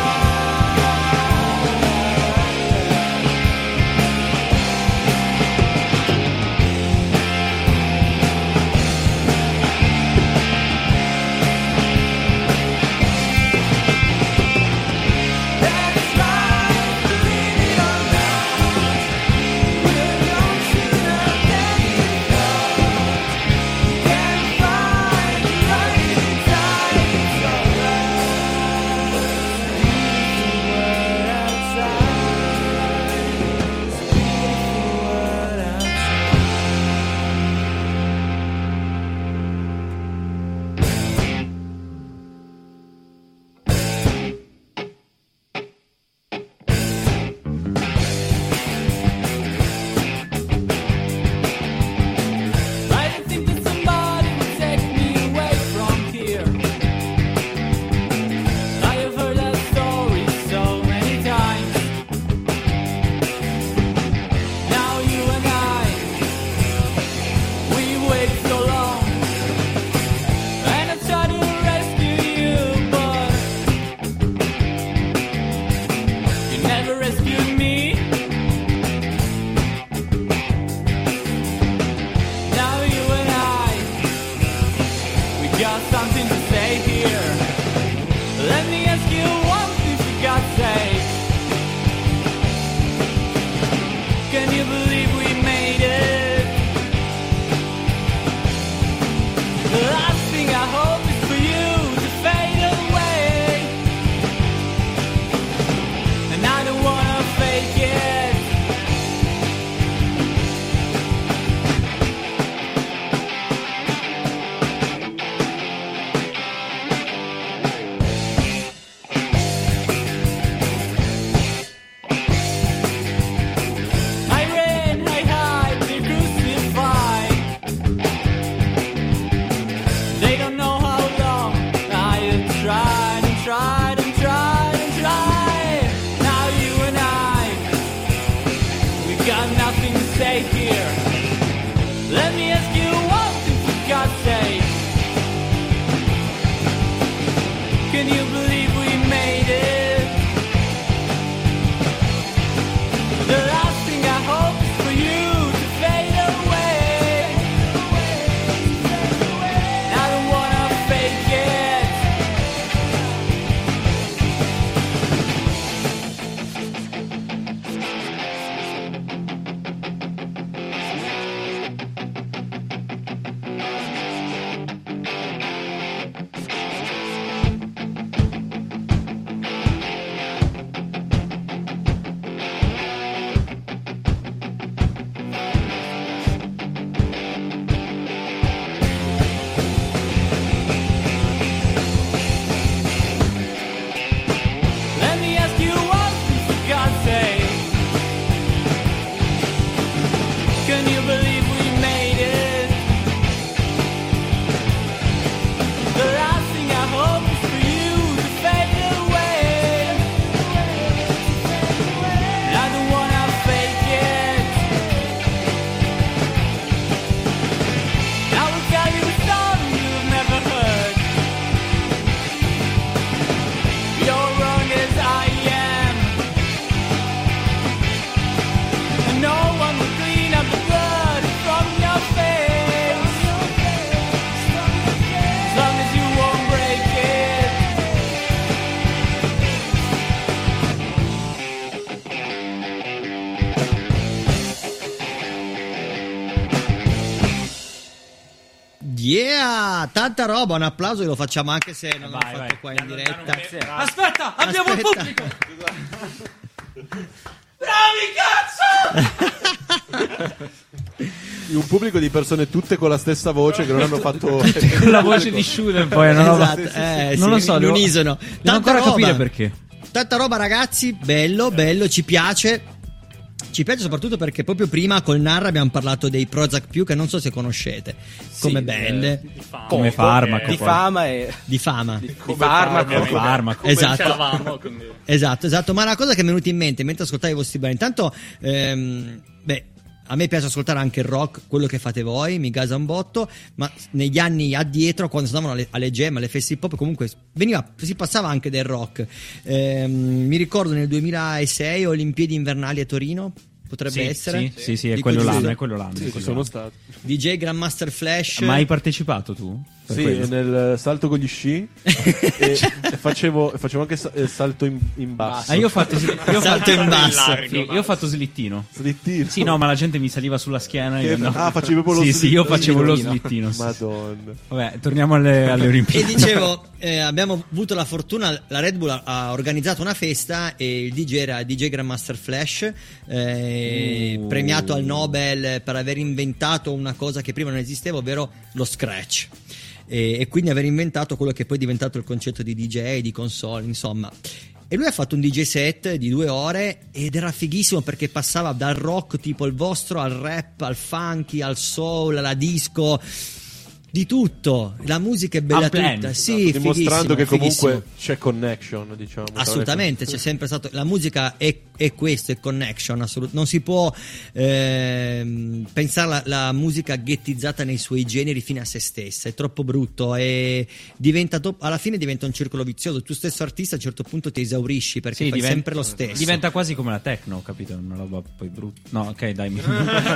P: I didn't think that somebody would take me away from here. I have heard that story so many times. Now you and I, we waited so long, and I tried to rescue you, but you never rescued me. Now you and I, we got something to say here. Let me ask you one thing for God's sake. Can you believe we made it? The last thing I hope is for you to fade away. And I don't wanna fake it. I ran, I hide, they crucify. They don't know how long I have tried and tried and tried and tried. Now you and I, we got nothing to say here. Let me ask you one thing for God's sake. Can you believe we made it? The last thing I hope is for you to fade away. I don't wanna fake it. Let me ask you one thing for God's sake. Can you believe we made it? The last thing I hope is for you to fade away. I don't wanna fake it. I will tell you a story you've never heard. You're wrong as I am, and no one will clean up the blood from your face. As long as you won't break it.
D: Yeah, tanta roba, un applauso e lo facciamo anche se non l'ho
E: Vai,
D: fatto
E: vai.
D: qua in
E: Danno-
D: diretta.
E: danno un pezzo. Aspetta, abbiamo il
D: Aspetta.
E: pubblico. Bravi cazzo!
C: Un pubblico di persone tutte con la stessa voce che non hanno fatto
E: Con la voce di Shooter poi non, ho-
D: Esatto, eh,
E: non
D: sì,
E: lo so,
D: in
E: devo,
D: unisono.
E: devo
D: Tanta
E: ancora
D: roba.
E: capire perché.
D: Tanta roba, ragazzi, bello, bello, ci piace. Ci piace soprattutto perché proprio prima col Narra abbiamo parlato dei Prozac più, che non so se conoscete come
O: Sì,
D: band,
O: eh,
E: Di fama.
O: come farmaco,
E: Di
O: poi.
E: fama
O: e
D: di fama,
O: di farmaco,
E: Come farmaco. Come
D: esatto.
E: c'eravamo, quindi.
D: Esatto, esatto. Ma la cosa che mi è venuta in mente mentre ascoltavo i vostri brani, intanto, ehm, beh, a me piace ascoltare anche il rock, quello che fate voi, mi gasa un botto, ma negli anni addietro, quando suonavano alle, alle jam, alle feste hip hop, comunque veniva, si passava anche del rock. Ehm, mi ricordo nel duemilasei Olimpiadi invernali a Torino. Potrebbe
E: Sì,
D: essere?
E: sì, sì, sì, è
D: Dico
E: quello
D: giusto?
E: l'anno, è quello l'anno.
C: Sì,
E: è
C: ci
E: quello
C: sono
E: l'anno.
C: stato.
D: D J Grandmaster Flash.
E: Ma hai partecipato tu? Per
C: Sì,
E: quello?
C: nel salto con gli sci e, e facevo, e facevo anche sa- eh, salto in, in basso.
E: Ah, io ho fatto, io ho
D: Salto
E: fatto
D: in basso.
E: Sì, io ho fatto slittino.
C: Slittino?
E: Sì, no, ma la gente mi saliva sulla schiena.
C: Che-
E: Io no.
C: ah, facevi proprio lo
E: Sì, sì, io
C: slittino.
E: facevo lo slittino. sì.
C: Madonna.
E: Vabbè, torniamo alle, alle Olimpiadi.
D: E dicevo, eh, abbiamo avuto la fortuna, la Red Bull ha, ha organizzato una festa e il D J era D J Grandmaster Flash, eh,
E: Uh.
D: premiato al Nobel per aver inventato una cosa che prima non esisteva, ovvero lo scratch. E, e quindi aver inventato quello che poi è diventato il concetto di D J, di console, insomma. E lui ha fatto un D J set di due ore ed era fighissimo perché passava dal rock tipo il vostro al rap, al funky, al soul, alla disco, di tutto. La musica è bella
E: Unplanned,
D: tutta,
C: Esatto,
D: sì,
C: dimostrando
D: fighissimo,
C: che comunque
D: fighissimo.
C: c'è connection, diciamo.
D: Assolutamente, c'è sempre stato. La musica è, è questo, è connection. Assolut- non si può ehm, pensare la, la musica ghettizzata nei suoi generi fine a se stessa. È troppo brutto. E diventa to- alla fine diventa un circolo vizioso. Tu stesso artista a un certo punto ti esaurisci perché
E: Sì,
D: fai
E: diventa-
D: sempre lo stesso.
E: Diventa quasi come la techno, capito? Una roba poi brutta. No, ok, dai, mi,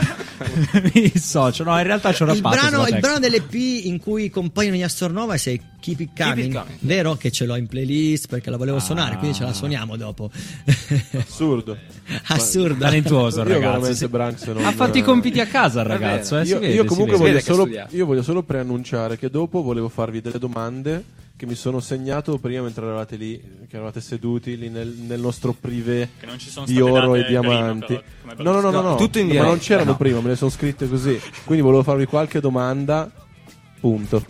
E: mi dissocio. No, in realtà c'ho
D: il
E: rappato
D: brano,
E: sulla
D: il
E: techno.
D: brano delle P in cui compaiono gli Astornova sei Keep It Coming,
O: Keep It Coming.
D: vero che ce l'ho in playlist perché la volevo
E: Ah.
D: suonare, quindi ce la suoniamo dopo.
C: Assurdo.
D: Assurdo.
E: Talentuoso,
C: Io
E: ragazzi.
C: veramente
E: Sì.
C: Branks non-
E: Ha fatto i compiti a casa il ragazzo. Eh, si
C: io,
E: vede,
C: io
E: si
C: comunque
E: vede.
C: voglio
O: vede che
C: solo,
O: studia.
C: io voglio solo preannunciare che dopo volevo farvi delle domande che mi sono segnato prima mentre eravate lì, che eravate seduti lì nel, nel nostro privé
N: Che non ci sono
C: di
N: state
C: oro
N: date
C: e diamanti.
N: prima, però, come
C: no, no, no, no,
O: No,
C: no,
O: tutto in
C: ma
O: diretta.
C: non c'erano
O: No.
C: prima, me le sono scritte così. Quindi volevo farvi qualche domanda. Punto.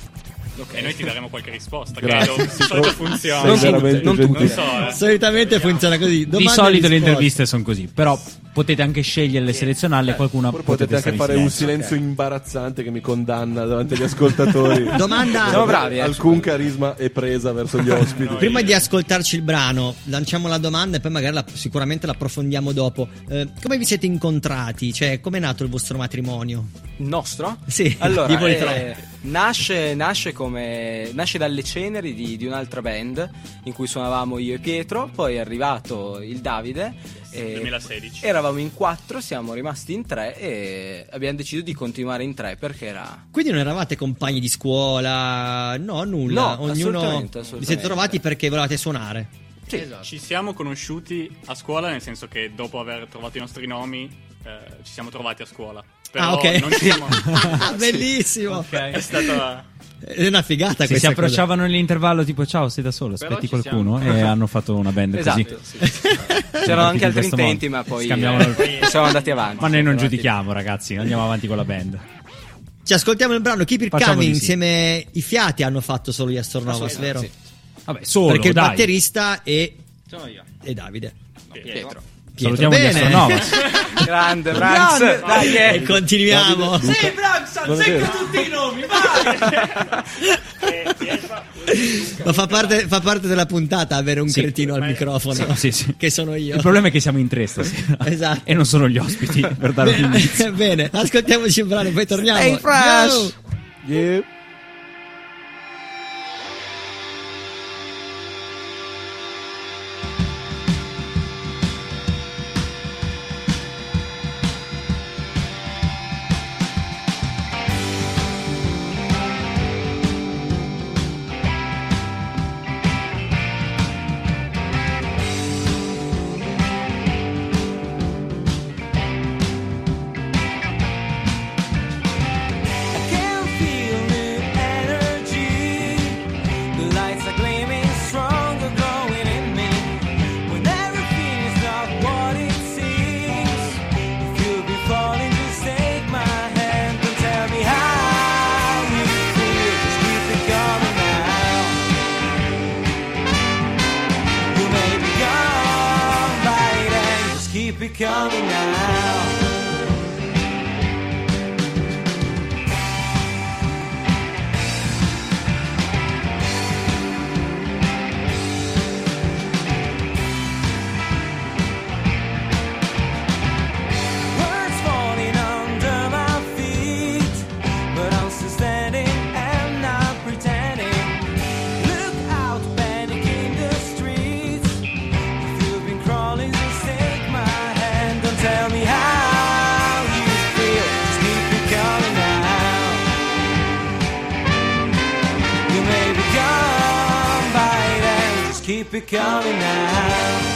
N: E noi ti daremo qualche risposta.
C: Grazie.
N: Credo.
C: Sì,
N: Di solito
C: pro-
N: funziona.
C: sei
O: Non
C: veramente
O: tutte, non
C: gentile.
N: Non so, eh.
D: Solitamente funziona così.
E: Di
D: Domande e
E: solito le
D: risposte.
E: interviste sono così, però potete anche sceglierle, selezionarle, qualcuna
C: Oppure potete anche
E: stare in
C: fare un
E: silenzio.
C: silenzio imbarazzante che mi condanna davanti agli ascoltatori.
D: Domanda.
O: Siamo bravi, eh.
C: Alcun carisma è presa verso gli ospiti.
D: Prima di ascoltarci il brano, lanciamo la domanda e poi magari la- sicuramente la approfondiamo dopo. Eh, come vi siete incontrati? Cioè, come è nato il vostro matrimonio?
O: Il nostro?
D: Sì,
O: Allora,
D: di voi
O: eh,
D: tre.
O: nasce, nasce come nasce dalle ceneri di, di un'altra band in cui suonavamo io e Pietro, poi è arrivato il Davide e
N: duemilasedici.
O: eravamo in quattro, siamo rimasti in tre e abbiamo deciso di continuare in tre perché era
D: Quindi non eravate compagni di scuola? No, nulla.
O: No,
D: Ognuno
O: assolutamente,
D: vi siete
O: assolutamente.
D: trovati perché volevate suonare.
O: sì.
N: Ci siamo conosciuti a scuola, nel senso che dopo aver trovato i nostri nomi eh, ci siamo trovati a scuola. Però
D: Ah, ok.
N: non ci siamo...
D: Bellissimo.
N: È stata...
D: È una figata
E: Sì, si
D: questa cosa.
E: approcciavano nell'intervallo tipo ciao sei da solo,
O: Però
E: aspetti
O: ci
E: qualcuno
O: siamo.
E: e hanno fatto una band
O: Esatto,
E: così.
O: sì, sì, sì. C'erano anche
E: In
O: altri
E: questo
O: intenti,
E: modo.
O: ma poi
E: Scambiavano
O: eh, siamo andati avanti.
E: Ma noi non
O: Siamo andati-
E: giudichiamo, ragazzi, andiamo avanti con la band.
D: Ci ascoltiamo il brano Keep It
E: Facciamo
D: Coming
E: di sì.
D: insieme i Fiati hanno fatto solo gli Astornovas,
O: Sì,
D: vero?
O: sì.
E: Vabbè, solo,
D: Perché il
E: dai.
D: batterista è
O: Sono io.
D: è Davide.
O: Pietro.
E: Salutiamo gli
D: Bene.
E: Astronovas.
O: Grande Branks. Dai, che-
D: E continuiamo.
C: Luca-
P: Sì, Branks,
C: Non è
P: secca
C: vero.
P: tutti i nomi, vai!
D: Ma fa parte, fa parte della puntata avere un
E: Sì.
D: cretino al microfono.
E: Sì, sì.
D: Che sono io.
E: Il problema è che siamo in tre stasera.
D: Esatto.
E: E non sono gli ospiti per dare un indizio.
D: Bene, ascoltiamoci il brano, poi torniamo.
O: Hey, Fresh!
D: Yo!
C: Yeah.
P: I can feel it keep it coming now. Keep it coming now.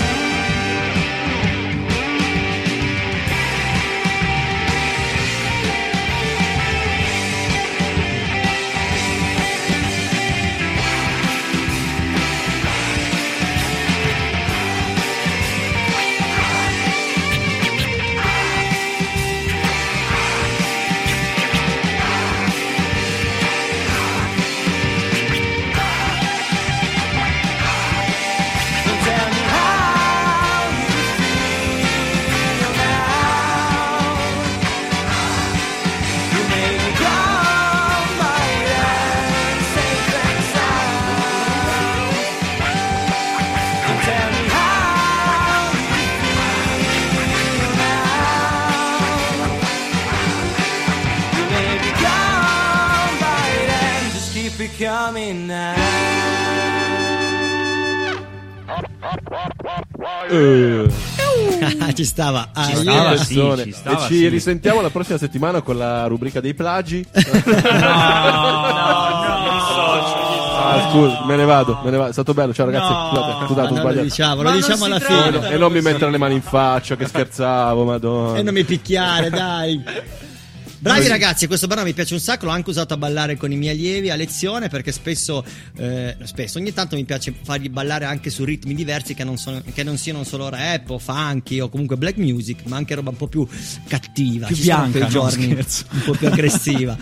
P: Coming now.
C: Uh.
D: Ci stava, ah,
C: Ci
D: io-
C: stava,
D: sì,
C: sì,
D: ci stava,
C: e ci
D: sì.
C: risentiamo la prossima settimana con la rubrica dei plagi. Ah, scusa, me ne vado, me ne vado. È stato bello, ciao ragazzi.
D: No,
C: scusate, scusate,
D: ma
C: ho
D: non
C: sbagliato.
D: lo diciamo, lo Ma diciamo non alla si fine. tratta,
C: E non mi mettere le mani in faccia, che scherzavo, madonna.
D: E non mi picchiare, dai. Bravi ragazzi, questo brano mi piace un sacco, l'ho anche usato a ballare con i miei allievi a lezione, perché spesso, eh, spesso ogni tanto mi piace fargli ballare anche su ritmi diversi che non, sono, che non siano solo rap o funky o comunque black music, ma anche roba un po' più cattiva,
E: Più
D: ci sono
E: bianca,
D: quei
E: no,
D: giorni
E: scherzo.
D: un po' più aggressiva.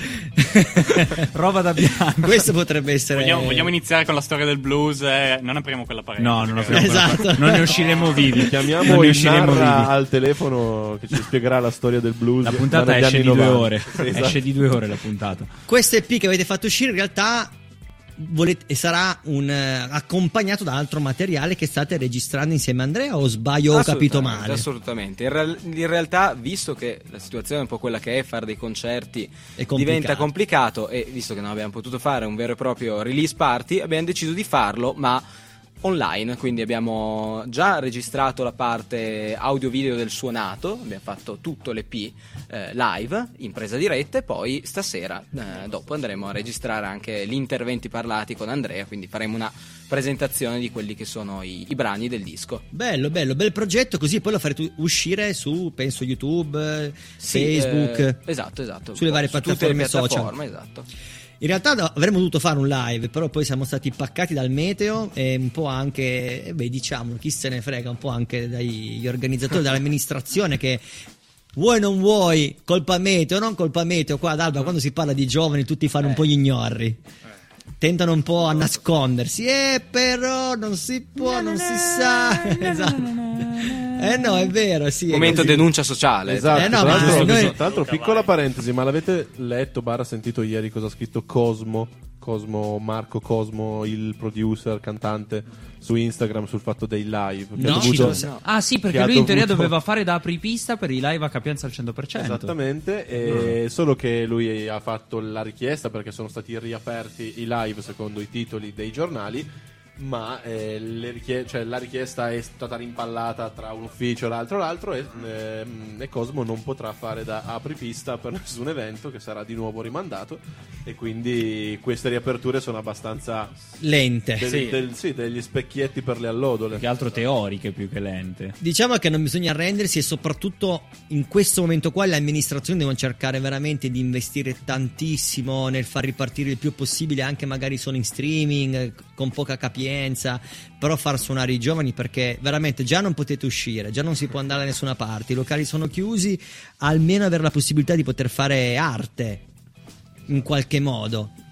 E: Roba da bianco.
D: Questo potrebbe essere...
N: Vogliamo, vogliamo iniziare con la storia del blues? Eh, non apriamo quella parentesi.
E: No, non apriamo
N: quella
D: Esatto.
N: parentesi.
E: Non ne usciremo vivi.
C: Chiamiamo
E: Non ne
C: il
E: usciremo
C: Narra
E: vivi.
C: al telefono che ci spiegherà la storia del blues.
E: La puntata
C: ma negli
E: esce
C: anni
E: di due
C: novanta.
E: ore.
C: Sì, esatto.
E: Esce di due ore la puntata.
D: Questo E P che avete fatto uscire in realtà volete, e sarà un, eh, accompagnato da altro materiale che state registrando insieme a Andrea, o sbaglio, ho capito
O: Assolutamente,
D: male?
O: Assolutamente. In, real- in realtà, visto che la situazione è un po' quella che è, fare dei concerti
D: È complicato.
O: diventa complicato, e visto che non abbiamo potuto fare un vero e proprio release party, abbiamo deciso di farlo, ma online. Quindi abbiamo già registrato la parte audio-video del suonato, abbiamo fatto tutto l'E P eh, live, in presa diretta, e poi stasera eh, dopo andremo a registrare anche gli interventi parlati con Andrea, quindi faremo una presentazione di quelli che sono i, i brani del disco.
D: Bello, bello, bel progetto, così poi lo farete uscire su, penso, YouTube,
O: Sì,
D: Facebook,
O: eh, esatto, esatto.
D: sulle varie
O: Su tutte
D: piattaforme
O: le
D: social.
O: piattaforme, esatto.
D: In realtà no, avremmo dovuto fare un live, però poi siamo stati paccati dal meteo e un po' anche, eh beh, diciamo, chi se ne frega, un po' anche dagli organizzatori, dall'amministrazione, che vuoi non vuoi, colpa meteo, non colpa meteo. Qua ad Alba, quando si parla di giovani, tutti fanno un po' gli ignorri. Tentano un po' a nascondersi, eh, però non si può, non si sa. Esatto. Eh no, è vero, sì. è
O: Momento
D: così.
O: denuncia sociale.
D: Eh
C: Esatto,
D: no,
C: tra,
D: ma
C: l'altro,
D: noi-
C: tra l'altro, piccola parentesi, ma l'avete letto, barra sentito ieri cosa ha scritto Cosmo, Cosmo, Marco Cosmo, il producer, cantante, su Instagram sul fatto dei live? Che
E: No,
C: ha dovuto-
E: ci- ah sì, perché
C: che ha
E: lui in teoria
C: dovuto-
E: doveva fare da apripista per i live a capienza al cento per cento.
C: Esattamente, e solo che lui ha fatto la richiesta perché sono stati riaperti i live secondo i titoli dei giornali, ma eh, le richie- cioè, la richiesta è stata rimpallata tra un ufficio, l'altro e l'altro, e, ehm, e Cosmo non potrà fare da apripista per nessun evento, che sarà di nuovo rimandato, e quindi queste riaperture sono abbastanza
D: Lente.
C: del-
E: Sì.
C: del- sì, degli specchietti per le allodole.
E: Che altro teoriche più che lente.
D: Diciamo che non bisogna arrendersi, e soprattutto in questo momento qua le amministrazioni devono cercare veramente di investire tantissimo nel far ripartire il più possibile, anche magari solo in streaming, con poca capienza, però far suonare i giovani, perché veramente già non potete uscire, già non si può andare da nessuna parte, i locali sono chiusi, almeno avere la possibilità di poter fare arte in qualche modo.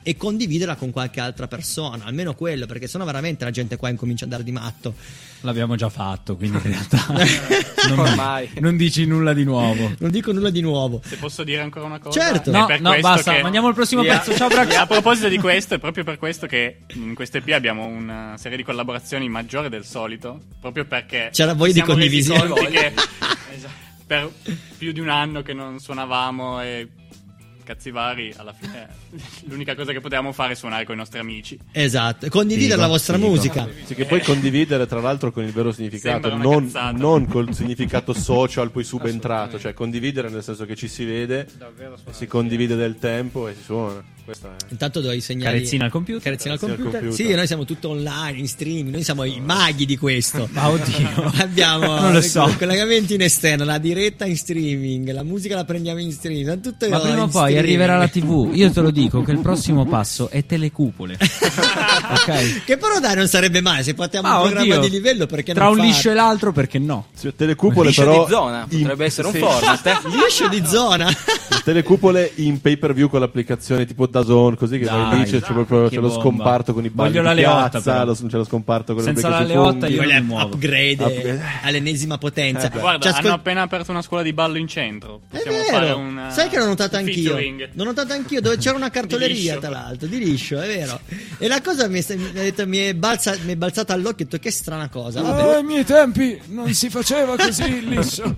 D: e condividerla con qualche altra persona, almeno quello, perché sennò veramente la gente qua incomincia a andare di matto.
E: L'abbiamo già fatto, quindi in realtà non,
O: Ormai.
E: non dici nulla di nuovo.
D: Non dico nulla di nuovo.
N: Se posso dire ancora una cosa?
D: Certo.
N: È
E: No,
N: per
E: no,
N: questo
E: basta,
N: che-
E: mandiamo il prossimo
N: Via.
E: pezzo. Ciao, Brax.
N: E a proposito di questo, è proprio per questo che in questo E P abbiamo una serie di collaborazioni maggiore del solito, proprio perché
D: C'era voglia di
N: ci siamo resi
D: condivisione.
N: conti che per più di un anno che non suonavamo e cazzi vari, alla fine l'unica cosa che potevamo fare è suonare con i nostri amici.
D: Esatto, e condividere
C: Figo,
D: la vostra
C: figo.
D: musica.
C: Sì, che poi condividere tra l'altro con il vero significato,
N: Sembra una
C: non,
N: cazzata.
C: non col significato social poi subentrato, cioè condividere nel senso che ci si vede, si condivide del tempo e si suona. Questa è...
D: Intanto do i segnali.
E: Carezzina al computer.
D: Carezzina al
C: Carezzina al
D: computer.
C: computer.
D: Sì, noi siamo tutto online, in streaming, noi siamo i maghi di questo.
E: Ma oddio.
D: Abbiamo
E: Non lo so.
D: i collegamenti in esterno, la diretta in streaming, la musica la prendiamo in streaming, tutto
E: Ma prima o
D: in
E: poi
D: streaming.
E: arriverà la tivù. Io te lo dico che il prossimo passo è telecupole. Ok?
D: Che però dai, non sarebbe male se portiamo
E: Ah,
D: un programma
E: oddio.
D: di livello, perché
E: Tra
D: non
E: un
D: farlo?
E: liscio e l'altro, perché no?
C: Sì, telecupole
O: Liscio
C: però
O: di zona, potrebbe essere un
C: sì.
O: format, eh?
D: Liscio di zona.
C: Telecupole in pay per view con l'applicazione tipo DAZN, così che
E: Dai,
C: vai lì c'è, c'è proprio
E: che
C: c'è lo
E: bomba.
C: scomparto con i balli
E: Voglio
C: di
E: la Leotta,
C: piazza,
E: però.
C: lo, c'è lo scomparto con
E: Senza
C: le
E: la
C: becche
E: Leotta
C: sui funghi.
E: io-
D: Quello è
E: muovo.
D: upgrade
C: Upgrade.
D: all'ennesima potenza.
C: Eh beh.
N: Guarda,
D: Ci ascol-
N: hanno appena aperto una scuola di ballo in centro.
D: È
N: Possiamo fare
D: vero,
N: un
D: sai che l'ho notato
N: un
D: anch'io.
N: featuring.
D: L'ho notato anch'io, dove c'era una cartoleria,
N: Di liscio.
D: tra l'altro, di liscio, è vero. E la cosa mi è, mi è detto- mi è balza- mi è balzata all'occhio, ho detto che strana cosa. Vabbè.
Q: Ah, ai miei tempi non si faceva così liscio.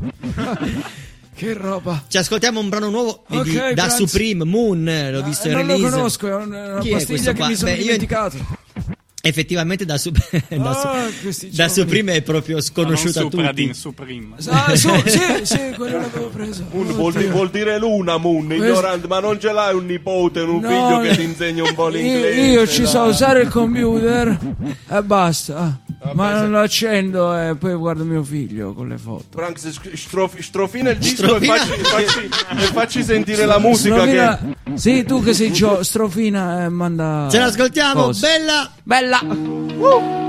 Q: Che roba.
D: Ci ascoltiamo un brano nuovo di-
Q: Ok,
D: di- da
Q: grazie.
D: Supreme, Moon, l'ho visto
Q: Eh,
D: in
Q: non
D: release.
Q: lo conosco, è un- è una
D: Chi è
Q: pastiglia
D: questo
Q: che
D: qua?
Q: mi sono
D: Beh, io-
Q: dimenticato.
D: Effettivamente da, Sup- da, Su-
Q: Ah, questi
D: da
Q: giovani.
D: Supreme è proprio sconosciuto a
N: Non Supradin,
D: tutti.
N: Supreme.
Q: Ah, su, sì, sì, quello l'avevo preso.
C: Un vuol, di- vuol dire l'una, Moon,
Q: Questo-
C: ignorante, ma non ce l'hai un nipote, un
Q: No,
C: figlio che ti insegna un po'
Q: io-
C: l'inglese?
Q: Io ci so
C: dai.
Q: usare il computer e basta.
C: Vabbè,
Q: Ma
C: se-
Q: non lo accendo e poi guardo mio figlio con le foto.
C: Frank, se sc- strof- strofina il disco
D: Strofina-
C: e facci, e facci- e facci sentire la musica
Q: Strofina-
C: che...
Q: Sì, tu che sei gio- strofina e manda.
D: Ce l'ascoltiamo,
Q: cose.
D: bella.
Q: Bella.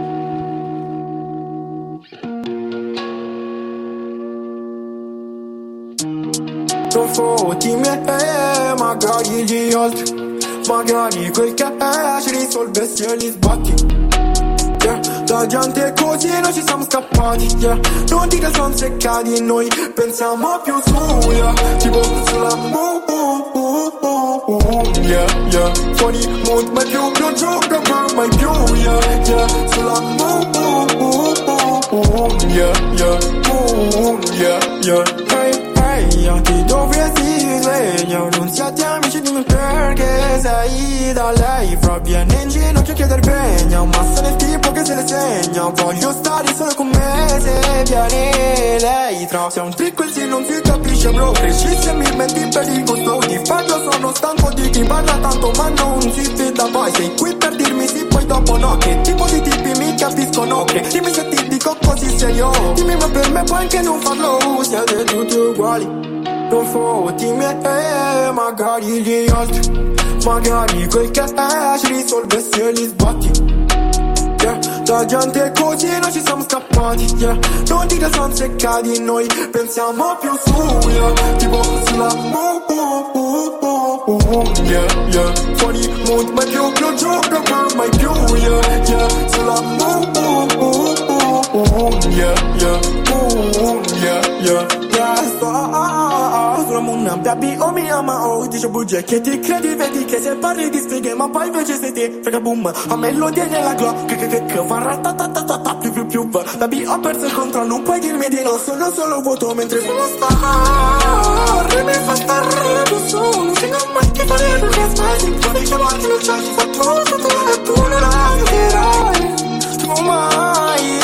R: Non fottimi e magari gli altri, magari quel che è ci risolve se li sbatti. Yeah, la gente è così e noi ci siamo scappati. Yeah, non dire son seccati, noi pensiamo più su, yeah, tipo sulla moon. Yeah, yeah, fuori mood, mai più, non gioco per mai più. Yeah, yeah, sulla moon. Yeah, yeah, moon, yeah, yeah. Hey, hey, ti dovresti svegliare, non siate amici di me perché sei da lei. Fra viene in ginocchio a chiedere pegna, ma sono il tipo che se le segna. Voglio stare solo con me se viene lei. Tra se è un trick quel sì non si capisce bro, cresci se mi metti in pericolo di farlo. Sono stanco di chi parla tanto ma non si fida poi. Sei qui per dirmi sì poi dopo no, che tipo di tipi mi capiscono. Che dimmi se ti dico così serio, dimmi ma per me puoi anche non farlo, siete tutti uguali. Non fottimi e magari gli altri, magari quel che è ci risolve se li sbatti. Yeah, la gente è così e noi ci siamo scappati. Yeah, non dire son seccati, noi pensiamo più su. Yeah, tipo sulla moon. Yeah, yeah, fuori mood, mai più, non gioco per mai più. Yeah, yeah, sulla moon. Yeah, yeah, moon, yeah, yeah. Yeah, sto sulla moon, baby, oh mi ama, oh, dice bugie che ti credi, vedi che se parli di sfighe, ma poi invece sei te, frega boom, a me lo tieni la glock, che che che che fa ratatatatata, più più più, baby, ho perso il controllo, non puoi dirmi di no, sono solo vuoto mentre sono star, mi fa stare, tu sono, se non mai ti fare, perché sbagli, fuori che guardi, non c'è, ci fa tutto, tu, e tu non la vedrai, tu mai.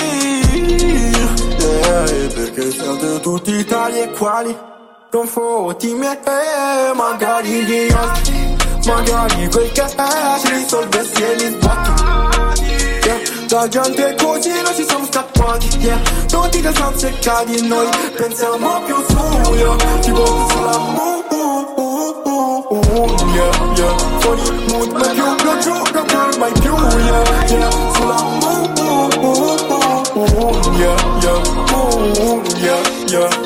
R: Perché siete tutti tali e quali. Non fottimi e magari gli altri, magari quel che è ci risolve se li sbatti. Yeah, la gente è così e noi ci siamo scappati. Yeah, non dire siamo seccati, noi pensiamo più su. Yeah, tipo sulla moon. Yeah, yeah, fuori mood, mai più, non gioco per mai più. Yeah, yeah, sulla moon. Yeah, yeah, moon, yeah, yeah.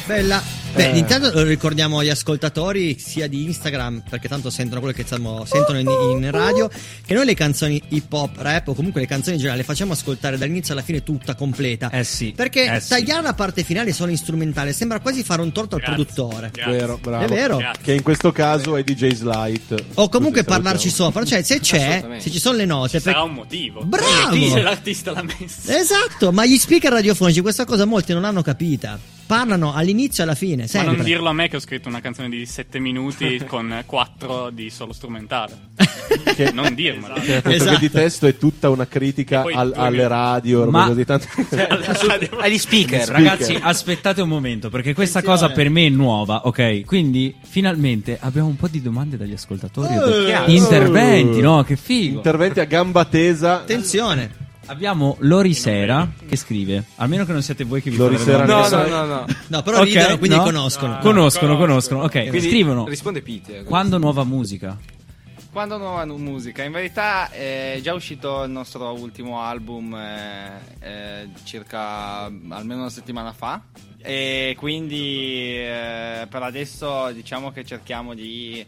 D: Bella. Beh,
C: Eh.
D: intanto lo ricordiamo agli ascoltatori sia di Instagram, perché tanto sentono quello che stiamo, sentono in, in radio, che noi le canzoni hip hop, rap o comunque le canzoni in generale le facciamo ascoltare dall'inizio alla fine tutta completa.
E: Eh sì.
D: Perché
E: eh sì.
D: tagliare la parte finale solo in strumentale sembra quasi fare un torto al
N: Grazie.
D: produttore.
N: Grazie.
C: Vero, bravo.
D: È vero.
N: Grazie.
C: Che in questo caso è D J's Light.
D: O comunque
C: Così
D: parlarci
C: salutiamo.
D: sopra, cioè se c'è,
O: Assolutamente.
D: se ci sono le note.
N: Ci sarà
D: per-
N: un motivo.
D: Bravo!
N: Un motivo se l'artista l'ha messa.
D: Esatto, ma gli speaker radiofonici questa cosa molti non l'hanno capita. Parlano all'inizio e alla fine,
N: Ma
D: sempre.
N: non dirlo a me che ho scritto una canzone di sette minuti con quattro di solo strumentale.
C: Che-
N: Non dirmelo.
C: Che appunto
D: Esatto.
C: che di testo è tutta una critica
N: E poi
C: al-
N: due
C: alle
N: minuti.
C: radio, robe
E: Ma-
C: così tanto.
O: Agli speaker.
E: Ragazzi, aspettate un momento, perché questa
D: Attenzione.
E: cosa per me è nuova, ok? Quindi finalmente abbiamo un po' di domande dagli ascoltatori.
D: Eh,
E: Ho detto,
C: oh.
E: interventi, no? Che figo.
C: Interventi a gamba tesa.
D: Attenzione.
E: Abbiamo Lori Sera che scrive, almeno che non siate voi che vi
C: Lori
E: fate le
C: Sera
E: domande.
O: No,
C: che
O: no, no, no.
D: No, però
E: Ok,
D: ridono, quindi
E: no?
D: conoscono.
E: No. Conoscono, conoscono. Ok,
O: Quindi
E: scrivono.
O: risponde Pete.
E: Quando nuova musica?
S: Quando nuova nu- musica? In verità è già uscito il nostro ultimo album eh, eh, circa almeno una settimana fa e quindi eh, per adesso diciamo che cerchiamo di,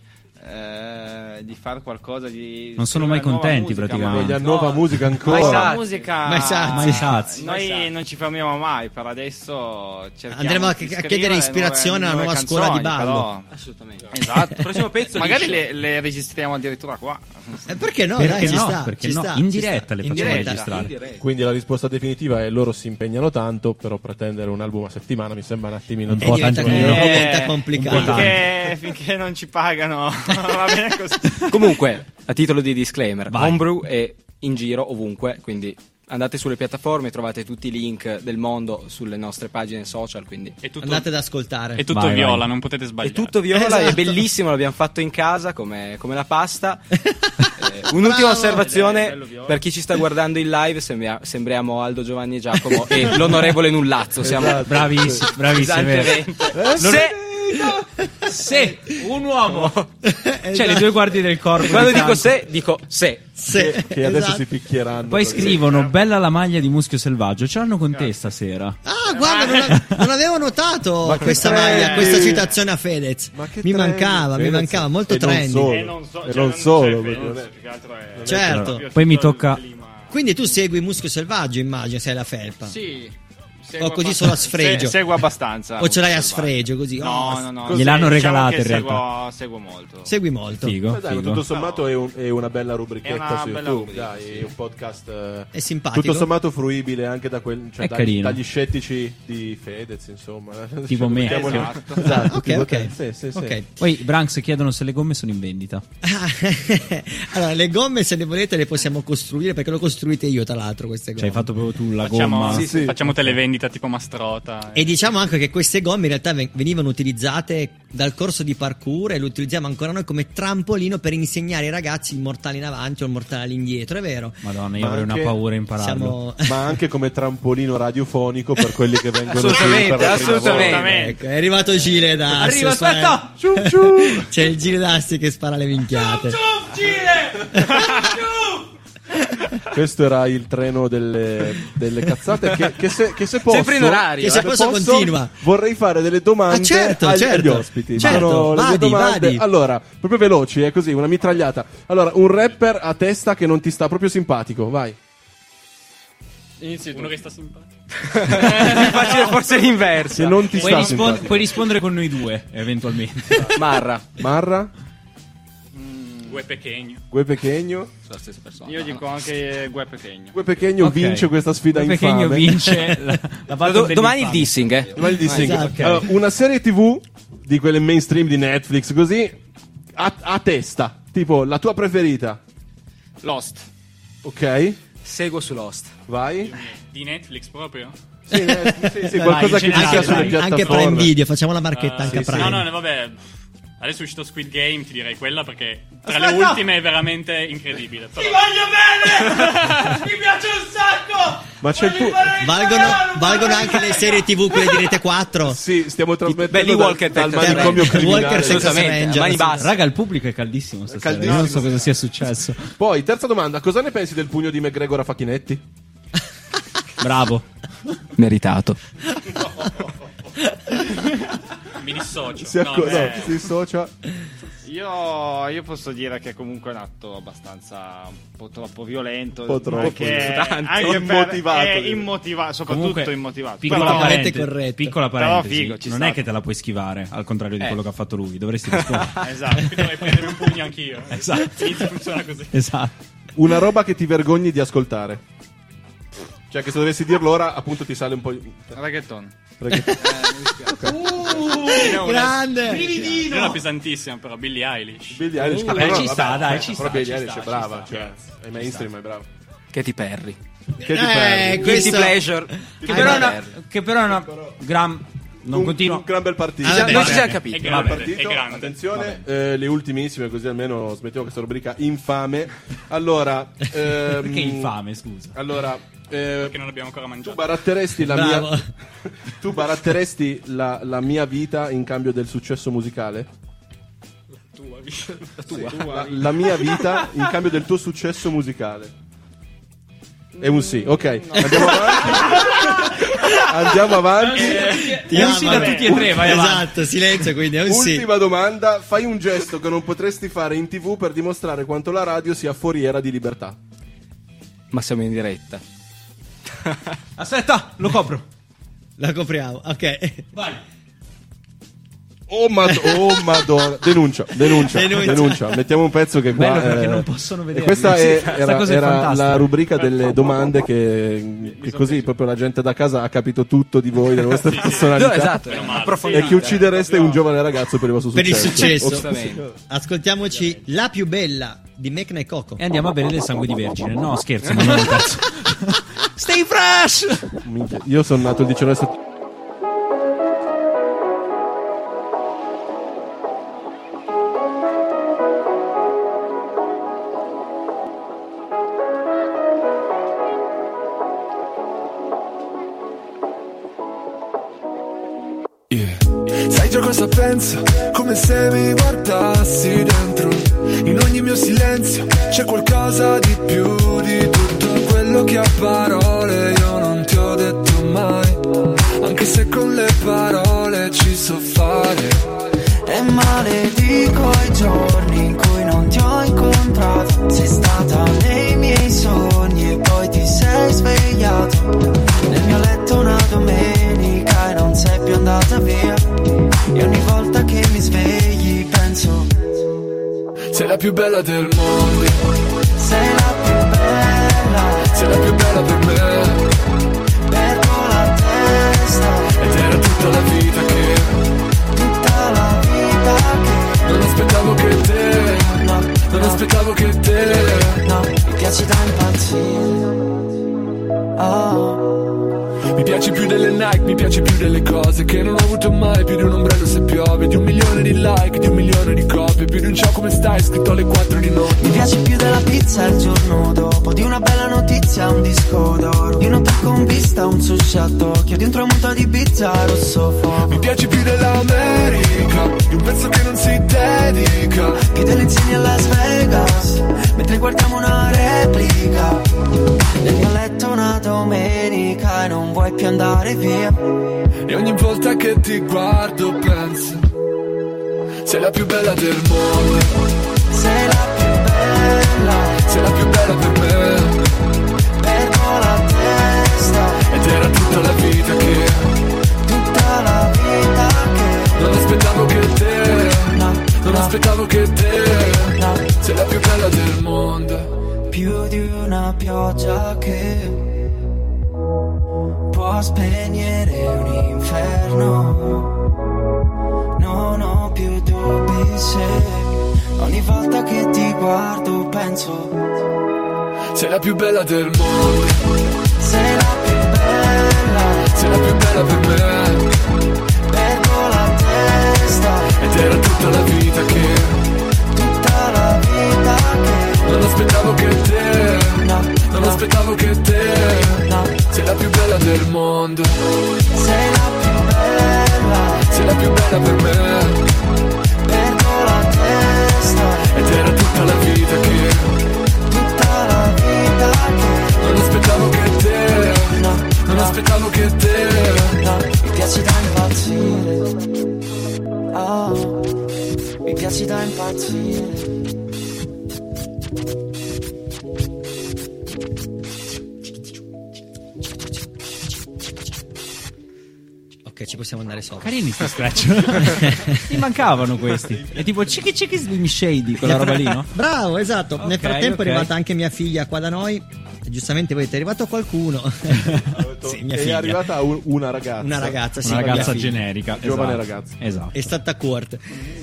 S: eh, di fare qualcosa di...
E: Non sono mai
S: scrivere nuova
E: contenti,
S: musica,
E: praticamente.
S: ma-
C: Voglia nuova musica ancora.
S: Mai
O: Esatto.
S: sa- musica
D: Mai sazi.
E: Mai sazi.
S: Noi non ci fermiamo mai, per adesso cerchiamo
D: Andremo a
S: di
D: chi- a
S: scrivere
D: chiedere ispirazione
S: nuove-
D: alla
S: nuove
D: nuova scuola di
S: canzoni,
D: ballo.
S: però-
O: Assolutamente.
S: Esatto.
O: Il prossimo pezzo
S: Magari
O: dice-
S: le, le registriamo addirittura qua.
D: Eh, perché no?
E: Perché
D: dai, ci
E: no?
D: sta,
E: Perché
D: ci
E: no?
D: sta,
E: In
D: ci
E: diretta
D: sta.
E: le
D: In
E: facciamo
D: diretta.
E: registrare.
O: In diretta.
C: Quindi la risposta definitiva è loro si impegnano tanto, però pretendere un album a settimana mi sembra un attimino
E: Un
D: E
E: po'
D: diventa,
E: tanto.
D: e
S: Eh,
D: diventa complicato.
E: un po' tanto.
S: Finché, finché non ci pagano va bene così.
O: Comunque, a titolo di disclaimer,
E: Vai.
O: Homebrew è in giro ovunque, quindi andate sulle piattaforme, trovate tutti i link del mondo sulle nostre pagine social, quindi
N: È tutto,
D: Andate ad ascoltare.
N: è tutto
E: Vai,
N: viola,
E: vai.
N: non potete
O: è
N: sbagliare.
O: tutto viola,
D: Esatto.
O: è bellissimo, l'abbiamo fatto in casa come, come la pasta. Eh, un'ultima
D: Bravo.
O: osservazione,
S: Bello viola.
O: per chi ci sta guardando in live, sembria- sembriamo Aldo, Giovanni e Giacomo e l'onorevole Nullazzo, siamo
C: Esatto.
E: Bravissimi, bravissimi. è vero.
O: esantemente.
E: Se, se un uomo, cioè le due guardie del corpo.
O: Quando
E: di
O: dico
E: fianco.
O: se, dico se.
D: Sì,
C: Che adesso
D: esatto.
C: si picchieranno.
E: Poi
C: perché-
E: scrivono bella la maglia di Muschio Selvaggio. Ce l'hanno con te stasera.
D: Ah, guarda, non, a- non avevo notato
C: Ma che
D: questa
C: trendy.
D: maglia, questa citazione a Fedez.
C: Ma che
D: Mi
C: trendy.
D: mancava, mi
C: Fedez.
D: mancava, molto
C: E non
D: trendy.
C: solo.
S: E non, so-
C: E
S: cioè,
C: non
S: c'è
C: solo,
S: Fedez,
C: perché non è-
S: più che altro è-
D: Certo.
S: Io
E: Poi mi
S: sto
E: tocca-
S: lì, ma-
D: Quindi tu segui Muschio Selvaggio, immagino, sei la felpa.
S: Sì.
D: O così solo a sfregio.
S: Se- seguo abbastanza.
D: O ce l'hai a
S: Selvaggio.
D: sfregio, così?
S: No,
D: Oh,
S: no, no.
E: Così. Gliel'hanno
S: Diciamo
E: regalate,
S: che
E: in realtà.
S: Seguo, seguo molto.
D: Segui molto.
E: Figo,
C: Ma dai, ma
E: figo.
C: tutto sommato è, un- è una bella rubrichetta
S: È una
C: su
S: bella
C: YouTube,
S: rubrica,
C: dai,
S: sì.
C: è un podcast eh,
D: È simpatico.
C: tutto sommato fruibile anche da quel, cioè
E: È
C: dai-
E: carino.
C: dagli scettici di Fedez, insomma.
E: Tipo me.
C: Mettiamoli-
S: Esatto.
C: Esatto,
D: Ok,
C: tipo
D: ok.
C: te. Sì, sì, sì.
D: Ok.
E: Poi i Branks chiedono se le gomme sono in vendita.
D: Allora, le gomme, se le volete, le possiamo costruire perché l'ho costruite io, tra l'altro, queste gomme.
E: Cioè hai fatto proprio tu la
N: Facciamo,
E: gomma.
C: Sì, sì.
N: facciamo televendita tipo Mastrota.
D: E diciamo anche che queste gomme in realtà ven- venivano utilizzate dal corso di parkour e lo utilizziamo ancora noi come trampolino per insegnare ai ragazzi il mortale in avanti o il mortale all'indietro, è vero?
E: Madonna, io
C: Ma
E: avrei
C: anche-
E: una paura a impararlo.
D: Siamo...
C: Ma anche come trampolino radiofonico per quelli che vengono qui
O: Assolutamente,
C: per la prima
O: assolutamente.
D: Ecco, è arrivato Gile da
O: Arriva, aspetta!
D: C'è il Gile d'Asti che spara le minchiate.
C: Questo era il treno delle, delle cazzate. Che, che se, che se posso,
O: Sempre in orario,
D: Che se posso continua.
C: Vorrei fare delle domande
D: Ah, certo,
C: agli,
D: certo.
C: agli ospiti.
D: Certo,
C: Sono le mie
D: vadi,
C: domande.
D: vadi.
C: Allora, proprio veloci, è così, una mitragliata. Allora, un rapper a testa che non ti sta proprio simpatico, vai.
S: Inizi tu.
N: Uno che sta simpatico.
O: È facile forse l'inverso.
C: Se non ti
E: Puoi,
C: sta
E: rispon-
C: simpatico.
E: puoi rispondere con noi due, eventualmente.
O: Marra.
C: Marra,
N: Gue Pechegno.
C: Gue Pechegno.
O: Sono la stessa persona.
S: Io dico anche Gue Pechegno.
C: Gue Pechegno
E: Ok.
C: vince questa sfida
E: Gue
C: infame.
E: Pechegno vince la, la battle
O: Do- domani il
E: dell'infame.
O: dissing, eh.
C: Domani il dissing.
D: Esatto.
C: Allora, una serie tivù di quelle mainstream di Netflix, così a, a testa, tipo la tua preferita.
S: Lost.
C: Ok,
O: Seguo su Lost.
C: vai.
N: Di Netflix proprio?
C: Sì, eh, sì, sì,
N: Dai,
C: qualcosa
N: in
C: che ci sia
N: generale,
C: sulle
N: dai.
C: piattaforme.
D: Anche Prime Video, facciamo la marchetta
N: Ah,
D: anche a
C: sì, sì.
D: Prime.
N: No, no, no, vabbè. Adesso è uscito Squid Game, ti direi quella perché tra
L: Aspetta!
N: le ultime è veramente incredibile. Però...
L: Ti voglio bene! Mi piace un sacco!
C: Ma c'è il tuo...
D: Valgono, valgono anche le serie tivù, quelle di Rete quattro.
C: Sì, stiamo trasmettendo
O: Belli
C: dal,
O: Walker
C: dal
O: Texas
C: manicomio
D: Ranger.
C: criminale.
D: Walker Texas
O: Assolutamente,
D: Ranger.
O: mani basse.
E: Raga, il pubblico è caldissimo stasera.
C: Caldissimo.
E: Io non so cosa sia successo.
C: Poi, terza domanda, cosa ne pensi del pugno di McGregor a Facchinetti?
E: Bravo.
O: Meritato.
N: dissocio.
C: Si, acco-
N: No,
C: no,
N: eh.
C: si dissocia.
S: Io, io posso dire che comunque è un atto abbastanza un po' troppo violento,
C: Un po' troppo,
S: anche,
C: tanto.
S: anche per-
C: Immotivato,
S: è
C: direi.
S: immotivato, soprattutto
E: Comunque,
S: immotivato.
E: Piccola,
S: Però-
E: parente- piccola
S: Però
E: parentesi,
S: figo, ci
E: non
S: sta.
E: è che te la puoi schivare, al contrario di
S: Eh.
E: quello che ha fatto lui. Dovresti rispondere.
S: Esatto.
N: Dovrei prendere un pugno anch'io.
E: Esatto.
N: Inizia a funzionare così.
E: Esatto.
C: Una roba che ti vergogni di ascoltare. Cioè che se dovessi dirlo ora, appunto ti sale un po'.
S: Reggaeton.
C: Reggaeton.
N: Uh,
D: grande.
N: Brividino. È una pesantissima, però Billie Eilish.
C: Billie Eilish,
N: Uh,
C: però,
N: vabbè,
C: vabbè,
N: ci sta,
C: vabbè,
N: dai, ci
C: però
N: sta.
C: Billie
N: ci
C: Eilish
N: sta,
C: è
N: ci
C: brava,
N: sta.
C: cioè è mainstream, è brava.
O: Katy Perry.
C: Katy
D: Eh,
C: Perry.
D: questo-
O: Guilty pleasure.
E: Che però, è una, che però è una gran. Non
C: un,
E: continua.
C: un gran bel partito.
D: Ah, vabbè,
O: non ci
D: vabbè.
O: siamo capiti.
N: È
C: Gran
N: grande,
C: partito.
N: è grande.
C: Attenzione, eh, le ultimissime, così almeno smettiamo questa rubrica infame. Allora, ehm,
E: Perché infame, scusa?
C: Allora, eh,
N: Perché non l'abbiamo ancora
C: tu
N: mangiato.
C: baratteresti la
D: Bravo.
C: mia tu baratteresti la, la mia vita in cambio del successo musicale?
N: Tua vita.
C: La, la mia vita in cambio del tuo successo musicale? È un sì, ok. Andiamo avanti. Andiamo avanti.
D: Ti
E: È un
D: amo,
E: sì da
D: vabbè.
E: tutti e tre, vai avanti.
D: Esatto, silenzio, quindi è un sì.
C: Ultima domanda. Fai un gesto che non potresti fare in TV per dimostrare quanto la radio sia foriera di libertà.
O: Ma siamo in diretta.
E: Aspetta, lo copro.
D: La copriamo, ok.
E: Vai.
C: Oh, mad- oh madonna. Denuncia, denuncia,
D: Denuncia.
C: denuncia. Mettiamo un pezzo che qua.
E: Bello perché
C: eh,
E: non possono vedere.
C: E questa
E: Sì,
C: è-
E: sta
C: era,
E: cosa è
C: era
E: fantastica.
C: la rubrica delle domande che, che così proprio la gente da casa ha capito tutto di voi, delle vostre personalità.
O: No, esatto,
N: Meno male.
C: E che uccidereste un giovane ragazzo per il vostro
D: Per il
C: successo.
D: successo. Ascoltiamoci La più bella di Mecna e Coco.
E: E andiamo a bere del sangue di vergine. No, scherzo, ma non un cazzo. Stay fresh!
C: Minchia, io sono nato il diciannove settembre.
R: Sai già cosa penso? Come se mi guardassi dentro. In ogni mio silenzio c'è qualcosa di più di tutto quello che a parole io non ti ho detto mai. Anche se con le parole ci so fare.
T: E maledico i giorni in cui non ti ho incontrato. Sei stata nei miei sogni e poi ti sei svegliato nel mio letto una domenica e non sei più andata via. E ogni volta che mi svegli penso
R: sei la più bella del mondo.
T: sei la più bella,
R: Sei la più bella per me.
T: perdo la testa,
R: Ed era tutta la vita che
T: tutta la vita che
R: non aspettavo che te.
T: no,
R: Non
T: no,
R: aspettavo che te.
T: no, mi piaci da impazzire. Oh.
R: Mi piaci più delle Nike, mi piaci più delle cose che non ho avuto mai, più di un ombrello se piove, di un milione di like, di un milione di copie, più di un ciao come stai scritto alle quattro di notte.
T: Mi piace più della pizza il giorno dopo, di una bella notizia, un disco d'oro, di un hotel con vista, un sushi a Tokyo, di un tramonto di pizza rosso fuoco.
R: Mi piaci più dell'America, di un pezzo che non si dedica,
T: Più delle insegne a Las Vegas, mentre guardiamo una replica. Nel mio letto una domenica e non vuoi più andare via.
R: e ogni volta che ti guardo penso sei la più bella del mondo.
T: Sei la più bella,
R: Sei la più bella per me.
T: perdo la testa,
R: Ed era tutta la vita che
T: tutta la vita che
R: non aspettavo che te.
T: no,
R: Non
T: no,
R: aspettavo che te.
T: no.
R: Sei la più bella del mondo.
T: Più di una pioggia che può spegnere un inferno. Non ho più dubbi se ogni volta che ti guardo penso
R: Sei la più bella del mondo.
T: sei la più bella,
R: Sei la più bella per me.
T: perdo la testa,
R: Ed era tutta la vita che
T: tutta la vita che
R: non aspettavo che te.
T: no,
R: Non
T: no,
R: aspettavo che te.
T: no.
R: Sei la più bella del mondo.
T: Sei la più bella,
R: Sei la più bella per me.
T: perdo la testa,
R: Ed era tutta la vita che
T: tutta la vita che
R: non aspettavo che te.
T: no,
R: Non
T: no,
R: aspettavo che te.
T: no, mi piace da impazzire. impazzire.
D: Ok, ci possiamo andare sopra.
E: Carini sti scratch. Mi mancavano questi. È tipo Chicky Chicky Slim Shady, quella roba lì, no?
D: Bravo, esatto.
E: Ok,
D: Nel frattempo
E: ok.
D: è arrivata anche mia figlia qua da noi. E giustamente voi siete arrivato qualcuno. Sì, mia
C: è
D: figlia.
C: arrivata un- una ragazza.
D: Una ragazza, sì,
E: Una
D: mia
E: ragazza
D: figlia.
E: generica.
C: Giovane
E: esatto.
C: ragazza.
E: Esatto.
D: È stata Quart.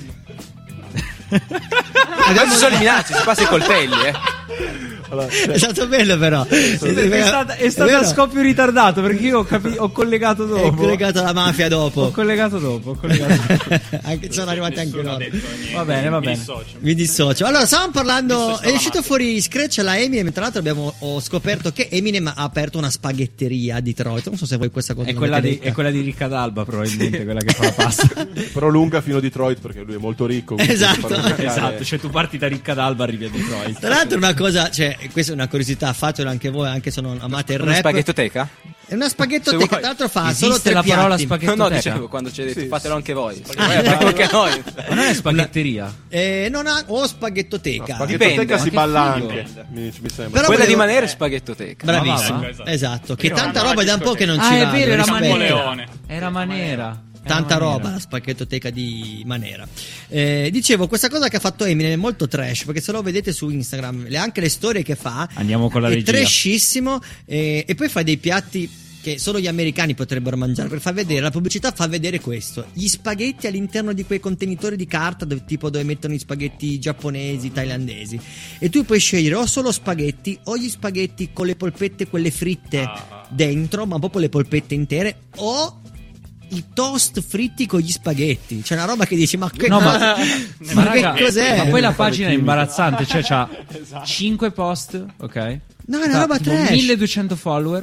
O: Adesso sono eliminati, si passa i coltelli, eh.
C: Allora,
D: È stato bello però.
E: È stata, è stata
D: vero?
E: a scoppio ritardato perché io ho, capi- ho collegato
D: È
E: dopo.
D: collegato alla mafia dopo.
E: Ho collegato dopo. Ho collegato.
D: Anche, sono arrivati anche loro.
E: Va bene, va
N: Mi
E: bene.
N: dissocio.
D: Mi dissocio. Allora, stavamo parlando.
N: Dissocio
D: È uscito
N: dalla
D: fuori Scratch alla Eminem. Tra l'altro, abbiamo ho scoperto che Eminem ha aperto una spaghetteria a Detroit. Non so se voi questa cosa
E: È
D: non
E: quella,
D: l'avete
E: di,
D: detta.
E: è quella di Ricca d'Alba, probabilmente, quella che fa la pasta.
C: però lunga fino a Detroit perché lui è molto ricco. quindi
D: Esatto.
C: può fare una
E: Esatto, cioè tu parti da Ricca d'Alba, arrivi a Detroit.
D: Tra l'altro, una cosa, cioè, questa è una curiosità. Fatelo anche voi, anche se non amate il
O: Una
D: rap.
O: spaghettoteca?
D: È una spaghettoteca.
O: Se vuoi.
D: Tra l'altro, fa
E: Esiste
D: solo tre
E: la parola
D: piatti.
E: spaghetto-
O: No, no,
E: Spaghettoteca?
O: dicevo quando c'è detto
C: Sì.
O: fatelo anche voi.
D: Ah,
O: Voi abbiamo anche noi.
E: Ma non è spaghetteria?
D: Eh, non ha o spaghettoteca.
C: Spaghettoteca
O: Dipende,
C: si
O: ma
C: balla
O: che
C: anche.
O: figo.
C: Mi, mi sembra.
D: Però
O: Quella
D: volevo-
O: di Manera è spaghettoteca.
D: Bravissimo.
E: Ah, va,
N: va.
D: Esatto. Che
N: Io
D: tanta
N: andavo
D: roba è da
N: a
D: un po' che non ci
E: Ah, è
D: vado,
E: vero, era
D: rispetto.
E: Manera.
N: Leone.
E: Era Manera.
D: Tanta
E: Era
D: roba,
E: Manera.
D: la spaghettoteca di Manera. Eh, dicevo, questa cosa che ha fatto Eminem è molto trash, perché se lo vedete su Instagram, le- anche le storie che fa,
E: Andiamo con la
D: è
E: regia.
D: trashissimo, eh, e poi fa dei piatti che solo gli americani potrebbero mangiare, per far vedere, la pubblicità fa vedere questo, gli spaghetti all'interno di quei contenitori di carta, dove, tipo dove mettono gli spaghetti giapponesi, thailandesi, e tu puoi scegliere o solo spaghetti o gli spaghetti con le polpette, quelle fritte dentro, ma proprio le polpette intere, o i toast fritti con gli spaghetti. C'è una roba che dici, ma che,
E: No, ma,
D: ma,
E: ma
D: che
E: raga,
D: cos'è?
E: ma poi la pagina è imbarazzante, cioè c'ha
N: Esatto.
E: cinque post, ok?
D: No, è una
E: C'ha
D: roba
E: tipo
D: trash.
E: milleduecento follower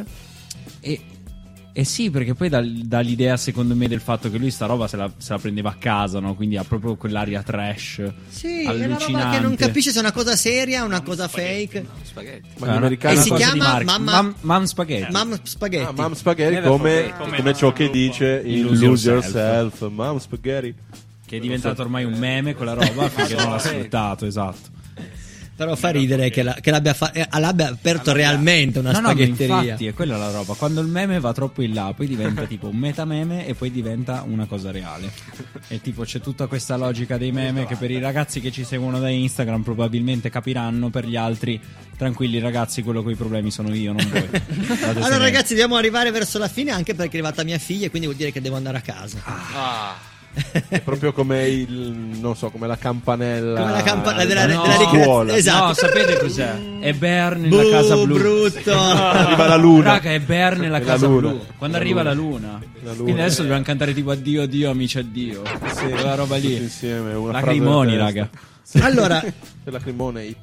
E: e eh sì, perché poi dà, dà l'idea secondo me del fatto che lui sta roba se la, se la prendeva a casa, no? Quindi ha proprio quell'aria trash.
D: Sì, è una
E: allucinante.
D: roba che non capisce se è una cosa seria, una cosa fake.
O: Spaghetti.
C: Ma
E: È
C: gli
E: una-
C: americani
D: E
E: è
D: si
E: una cosa di
D: chiama
E: marketing.
D: Mamma-
E: Mam, Mam Spaghetti.
D: Mam spaghetti.
C: Ah, Mom Spaghetti
O: Never
C: come,
O: forget.
C: come ciò che dice in
E: Lose
C: Lose
E: Yourself.
C: Yourself. Mom Spaghetti.
E: Che è diventato ormai un meme quella roba finché non l'ha sfruttato, esatto.
D: Però fa ridere che, la- che l'abbia, fa- eh, l'abbia aperto realmente una
E: No, no, ma
D: spaghetteria.
E: infatti è quella la roba. Quando il meme va troppo in là, poi diventa tipo un metameme e poi diventa una cosa reale. E tipo c'è tutta questa logica dei meme che per i ragazzi che ci seguono da Instagram probabilmente capiranno, per gli altri tranquilli ragazzi, quello con i problemi sono io, non voi. Fate
D: Allora
E: sereni.
D: ragazzi, dobbiamo arrivare verso la fine, anche perché è arrivata mia figlia, e quindi vuol dire che devo andare a casa.
O: Ah.
C: È proprio come il, non so, come la campanella.
D: Come la campanella della-
C: no,
D: della ricre-
C: scuola.
D: esatto.
E: No, sapete cos'è? È Bear nella
D: Buh,
E: casa blu.
D: brutto.
C: Arriva la luna.
E: Raga, è Bear nella
C: È la
E: casa
C: luna.
E: blu. Quando
C: La
E: arriva
C: luna.
E: la luna.
C: La luna.
E: Quindi adesso dobbiamo cantare tipo addio, addio, amici, addio.
C: Sì,
E: Quella roba lì.
C: tutti insieme, una
E: Lacrimoni,
C: frase a
E: raga.
C: testa. Sì.
D: Allora,
C: C'è Lacrimonei.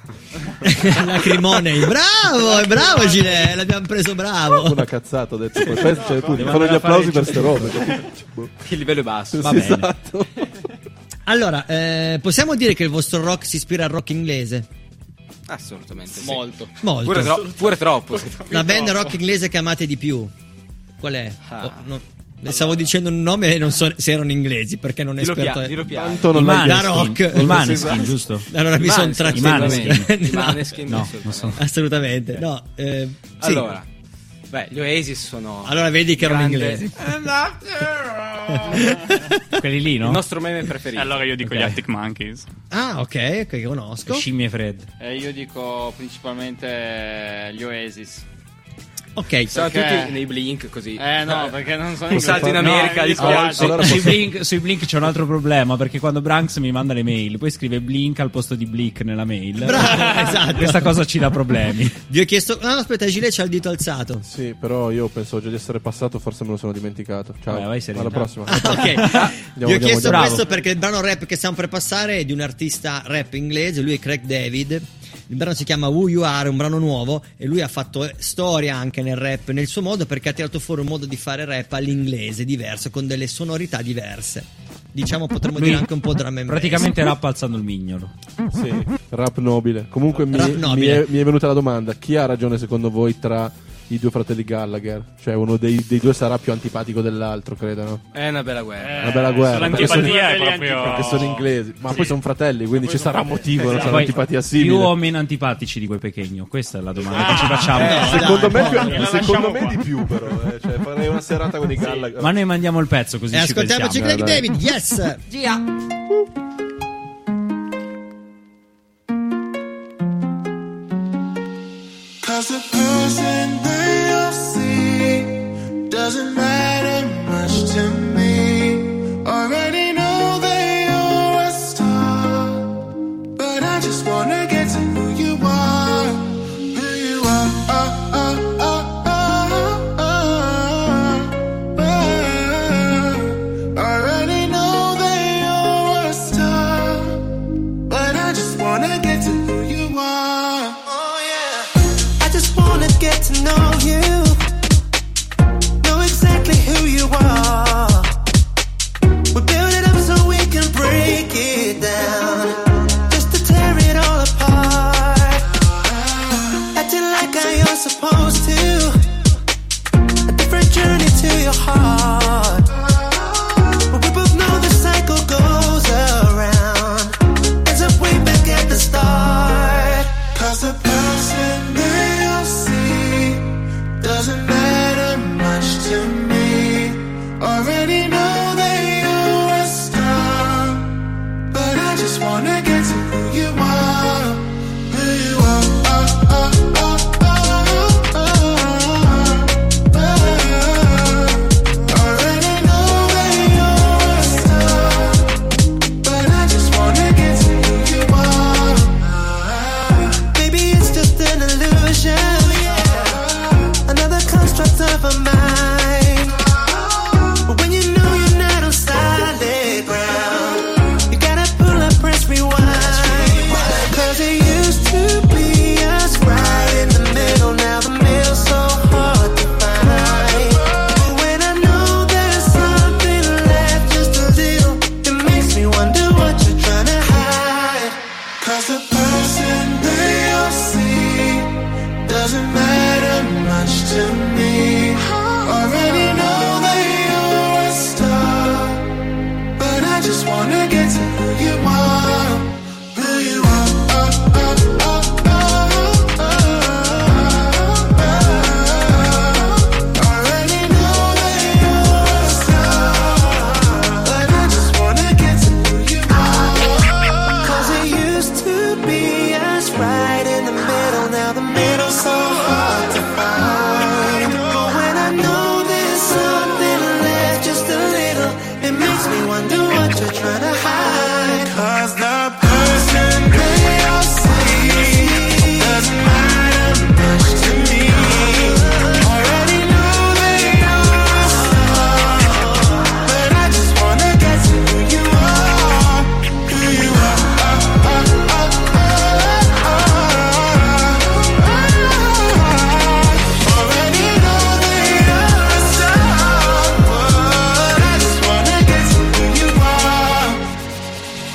D: Lacrimonei, bravo, bravo Gile, l'abbiamo preso bravo.
C: Una cazzata, ho detto. Poi penso, cioè, tutti
E: Devo
C: fanno gli
E: andare a fare
C: applausi
E: il
C: per ste robe.
O: Il livello è basso.
E: Va
C: Sì,
E: bene.
C: esatto.
D: Allora, eh, possiamo dire che il vostro rock si ispira al rock inglese?
O: Assolutamente. Sì.
S: Molto.
D: Molto.
O: Pure, tro- pure troppo.
D: La band rock inglese che amate di più? Qual è?
O: Ah.
D: Oh, no, le stavo dicendo un nome e non so se erano inglesi, perché non è
O: Dillo
D: esperto.
O: pia- dillo piano.
C: Tanto
E: I
C: non l'hai
D: Da
E: Maneskin,
D: rock.
E: i Maneskin, giusto?
D: Allora mi
O: I
D: sono
O: Maneskin,
E: i
D: trattenuto.
E: Maneskin.
O: I Maneskin,
E: No,
O: assolutamente.
E: non so.
D: Assolutamente, no. eh, sì.
O: Allora, beh, gli Oasis sono.
D: Allora vedi che erano
O: grande-
D: inglesi.
E: Quelli lì, no?
O: Il nostro meme preferito.
N: Allora io dico
E: Ok.
N: gli Arctic Monkeys.
D: Ah, ok, che conosco.
E: Scimmie fredde.
S: E io dico principalmente gli Oasis.
D: Ok,
O: Sono
S: Perché-
O: tutti nei Blink così.
S: Eh no, perché non sono
O: Un salto in
S: inglese.
O: America
S: No,
O: di
S: mi dispiace.
C: Allora
E: sui,
C: posso-
E: Blink, sui Blink c'è un altro problema, perché quando Branks mi manda le mail, poi scrive Blink al posto di Blick nella mail.
D: Bravo, esatto.
E: Questa cosa ci dà problemi.
D: Vi ho chiesto. No, aspetta, Gile c'ha il dito alzato.
C: Sì, però io penso già di essere passato, forse me lo sono dimenticato. Ciao.
E: Vabbè, vai sereno.
C: Alla prossima.
D: Ah, ok. Vi ho
C: andiamo,
D: chiesto
C: andiamo.
D: questo perché il brano rap che stiamo per passare è di un artista rap inglese, lui è Craig David. Il brano si chiama Who You Are, è un brano nuovo e lui ha fatto eh, storia anche nel rap nel suo modo, perché ha tirato fuori un modo di fare rap all'inglese diverso, con delle sonorità diverse. Diciamo potremmo
E: Lui
D: dire anche un po' drum and bass.
E: Praticamente rap alzando il mignolo.
C: Sì, rap nobile. Comunque mi,
D: Rap
C: mi
D: nobile.
C: è, mi è venuta la domanda: chi ha ragione secondo voi tra i due fratelli Gallagher? Cioè uno dei, dei due sarà più antipatico dell'altro, credo, no?
O: È una bella guerra.
C: Eh, una bella guerra.
N: L'antipatia è
C: perché
N: proprio...
C: sono, perché sono inglesi, ma sì. Poi sono fratelli, quindi ci sarà motivo,
E: Esatto.
C: non sarà
E: Poi,
C: antipatia simile.
E: più o meno antipatici di quei Pechegno? Questa è la domanda
N: Ah,
E: che ci facciamo.
C: Eh, secondo
N: dai,
C: me,
N: dai,
C: più,
N: la
C: secondo me
N: lasciamo
C: di più, però. Eh. Cioè, farei una serata con i Gallagher.
E: Ma noi mandiamo il pezzo così
D: E
E: ci
D: ascoltiamoci
E: pensiamo.
D: Craig David, yes!
E: Gia.
R: Cause the person that you'll see doesn't matter much to me. Already know that you're a star, but I just wanna get to who you are, who you are. Oh, oh, oh, oh, oh, oh. Already know that you're a star, but I just wanna get to who you are. I just wanna get to know you, know exactly who you are. We build it up so we can break it down, just to tear it all apart. Acting like I am supposed to, a different journey to your heart. But we both know the cycle goes around, ends up way back at the start. Cause the person that you'll see doesn't matter much to me. Already know that you're a star, but I just wanna get to who you are, who you are. Oh, oh, oh, oh, oh, oh. Already know that you're a star, but I just wanna get to who you are. Maybe it's just an illusion, another construct of a mind. But when you know you're not on solid ground, you gotta pull up, press rewind. Cause it used to be us right in the middle, now the middle's so hard to find. But when I know there's something left, just a little, it makes me wonder what you're trying to hide. Cause the person that you'll see doesn't matter much to me. Already know that you're a star, but I just wanna get to who you are, who you are. Oh, oh, oh, oh, oh, oh. Already know that you're a star, but I just wanna get to who you are. Cause it used to be us right in the middle, now the middle's so hard to find. But when I know there's something left, just a little, it makes me wonder what you're trying to hide. Cause the person that you'll see doesn't matter much to me. Already know that you're a star, but I just wanna get to who you are, who you are. Oh, oh, oh, oh, oh, oh. Already know that you're a star, but I just wanna get to who you are.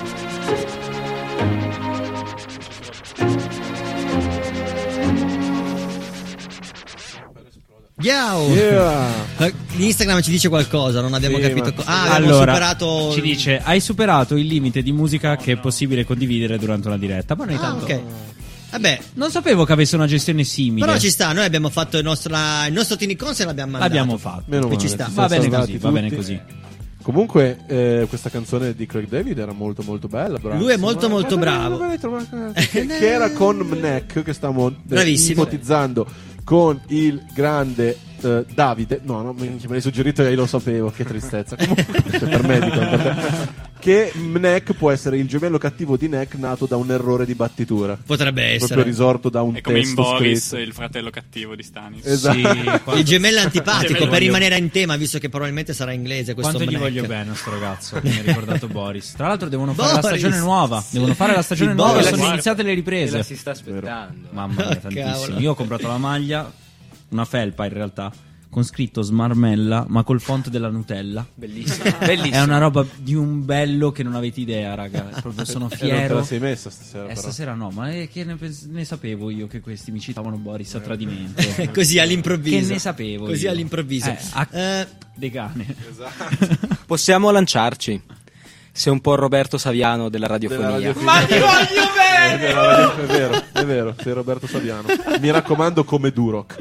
D: Ciao!
C: Yeah.
D: Eh, Instagram ci dice qualcosa, non abbiamo
C: Sì,
D: capito.
C: ma-
D: co- ah, abbiamo
E: Allora,
D: superato.
E: ci dice: hai superato il limite di musica che è possibile condividere durante una diretta. Ma noi
D: Ah,
E: tanto
D: ok. Vabbè,
E: non sapevo che avesse una gestione simile.
D: però ci sta. Noi abbiamo fatto il nostro, la- il nostro Tiny Concert, l'abbiamo mandato.
E: L'abbiamo fatto.
C: Meno
D: Qui
C: male,
D: ci sta.
C: si
E: Va
C: sono
E: bene
C: salvati
E: così, va bene
C: tutti.
E: così.
C: Comunque, eh, questa canzone di Craig David era molto molto bella. Bravissima.
D: Lui è molto, molto
C: Ma-
D: bravo.
C: ma- ma- ma- ma- che, che era con Mnek, che stiamo eh,
D: Bravissimo.
C: ipotizzando con il grande eh, Davide. No, no, mi me l'hai suggerito e io lo sapevo. Che tristezza. Comunque, per me dico, per te. Che Mnek può essere il gemello cattivo di Nek nato da un errore di battitura.
D: Potrebbe essere.
C: Proprio risorto da un
N: È come in
C: testo
N: Boris,
C: scritto.
N: il fratello cattivo di Stanis.
C: Esatto.
E: Sì,
D: Il gemello antipatico,
N: Gemello
D: per
N: voglio-
D: rimanere in tema, visto che probabilmente sarà inglese questo
E: Quanto gli
D: Mnek.
E: voglio bene a sto ragazzo, mi ha ricordato Boris. Tra l'altro devono fare la
D: Boris!
E: stagione nuova. Devono fare la stagione
D: Di
E: nuova,
D: Boris.
E: sono iniziate le
O: E la
E: riprese.
O: si sta aspettando.
E: Mamma mia,
D: Cavolo.
E: tantissimo. Io ho comprato la maglia, una felpa in realtà, con scritto Smarmella ma col font della Nutella.
O: Bellissimo. Bellissimo.
E: È una roba di un bello che non avete idea, raga. Proprio sono
C: E non te
E: fiero.
C: la sei messa stasera,
E: Eh,
C: però.
E: stasera no, ma è che ne, pens- ne sapevo io che questi mi citavano Boris a tradimento.
D: Così all'improvviso.
E: Che ne sapevo
D: Così
E: io.
D: all'improvviso.
E: Eh, a-
D: Eh,
E: De cane.
C: Esatto.
O: Possiamo lanciarci. Sei un po' il Roberto Saviano della radiofonia.
C: Della radiofonia.
S: Ma ti voglio
C: È
S: bene!
C: vero, è vero, è vero, sei Roberto Saviano. Mi raccomando, come Duroc.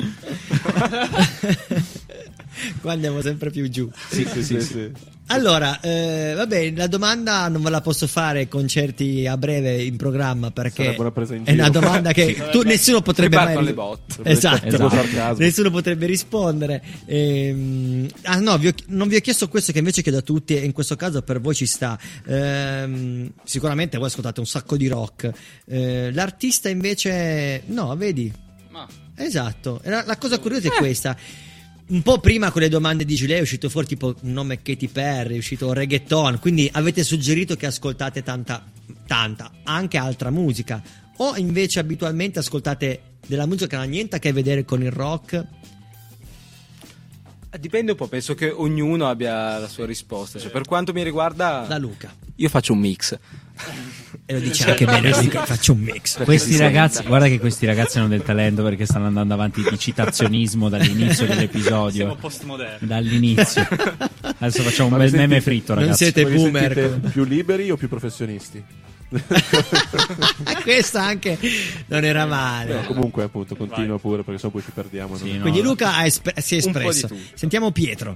D: qua andiamo sempre più giù.
C: Sì, sì, sì, sì.
D: Allora, eh, vabbè, la domanda non ve la posso fare concerti a breve in programma perché
C: Sarebbe una presa in
D: è una
C: giro.
D: domanda che
C: Sì.
D: tu, nessuno potrebbe
O: Qui
D: mai
O: partono le botte.
D: Esatto.
C: Esatto. Sarcasmo.
D: Nessuno potrebbe rispondere. Ehm, ah no, vi ho- non vi ho chiesto questo che invece chiedo a tutti e in questo caso per voi ci sta. Ehm, sicuramente voi ascoltate un sacco di rock. Eh, l'artista invece no, vedi?
S: Ma.
D: Esatto. E La, la cosa curiosa è questa. Un po' prima con le domande di Giulia è uscito fuori tipo un nome Katy Perry, è uscito reggaeton, quindi avete suggerito che ascoltate tanta, tanta, anche altra musica, o invece abitualmente ascoltate della musica che non ha niente a che vedere con il rock?
O: Dipende un po', penso che ognuno abbia la sua risposta. Cioè, per quanto mi riguarda,
D: Da Luca.
O: io faccio un mix.
D: E lo dice anche bene, lui che faccio un mix.
E: Questi ragazzi, guarda che questi ragazzi hanno del talento perché stanno andando avanti di citazionismo dall'inizio dell'episodio.
N: Siamo postmoderni.
E: Dall'inizio. Adesso facciamo un
C: Ma
E: bel
C: vi
E: meme
C: sentite-
E: fritto,
D: non
E: ragazzi.
D: siete
C: Ma vi
D: boomer.
C: sentite più liberi o più professionisti?
D: Questa anche non era male.
C: No, comunque appunto continua pure perché sennò poi ci perdiamo.
E: Sì,
C: no?
E: no.
D: Quindi Luca ha esp- si è
S: Un po' di
D: espresso.
S: tutto.
D: Sentiamo Pietro.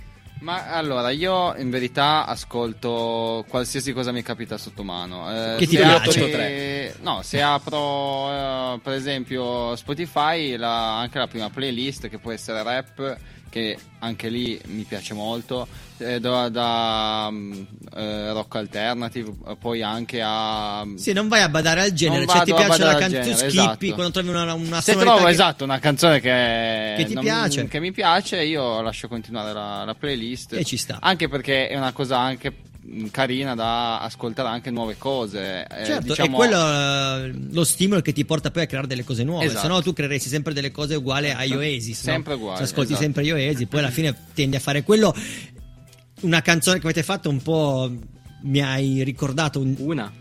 S: Ma allora, io in verità ascolto qualsiasi cosa mi capita sotto mano. Eh,
D: Che ti
S: se
D: piace?
S: apri- No, se apro eh, per esempio Spotify, la- anche la prima playlist che può essere rap, che anche lì mi piace molto, eh, da, da mm, eh, rock alternative, eh, poi anche a...
D: Sì, non vai a badare al genere,
S: Non
D: cioè ti
S: vado a
D: piace la
S: badare al
D: canzone, tu
S: genere,
D: skippi
S: esatto.
D: quando trovi una, una
S: Se
D: sonorità
S: trovo
D: che-
S: esatto una canzone che,
D: Che ti
S: non-
D: piace.
S: che mi piace, io lascio continuare la, la playlist.
D: E ci sta.
S: Anche perché è una cosa anche mh, carina da ascoltare anche nuove cose. Eh,
D: Certo,
S: diciamo-
D: è quello eh, lo stimolo che ti porta poi a creare delle cose nuove,
S: Esatto.
D: se no tu creeresti sempre delle cose uguali a Oasis, no?
S: Sempre uguali,
D: Se ascolti
S: esatto.
D: sempre Oasis, poi alla fine tendi a fare quello. Una canzone che avete fatto un po' mi hai ricordato un...
O: Una.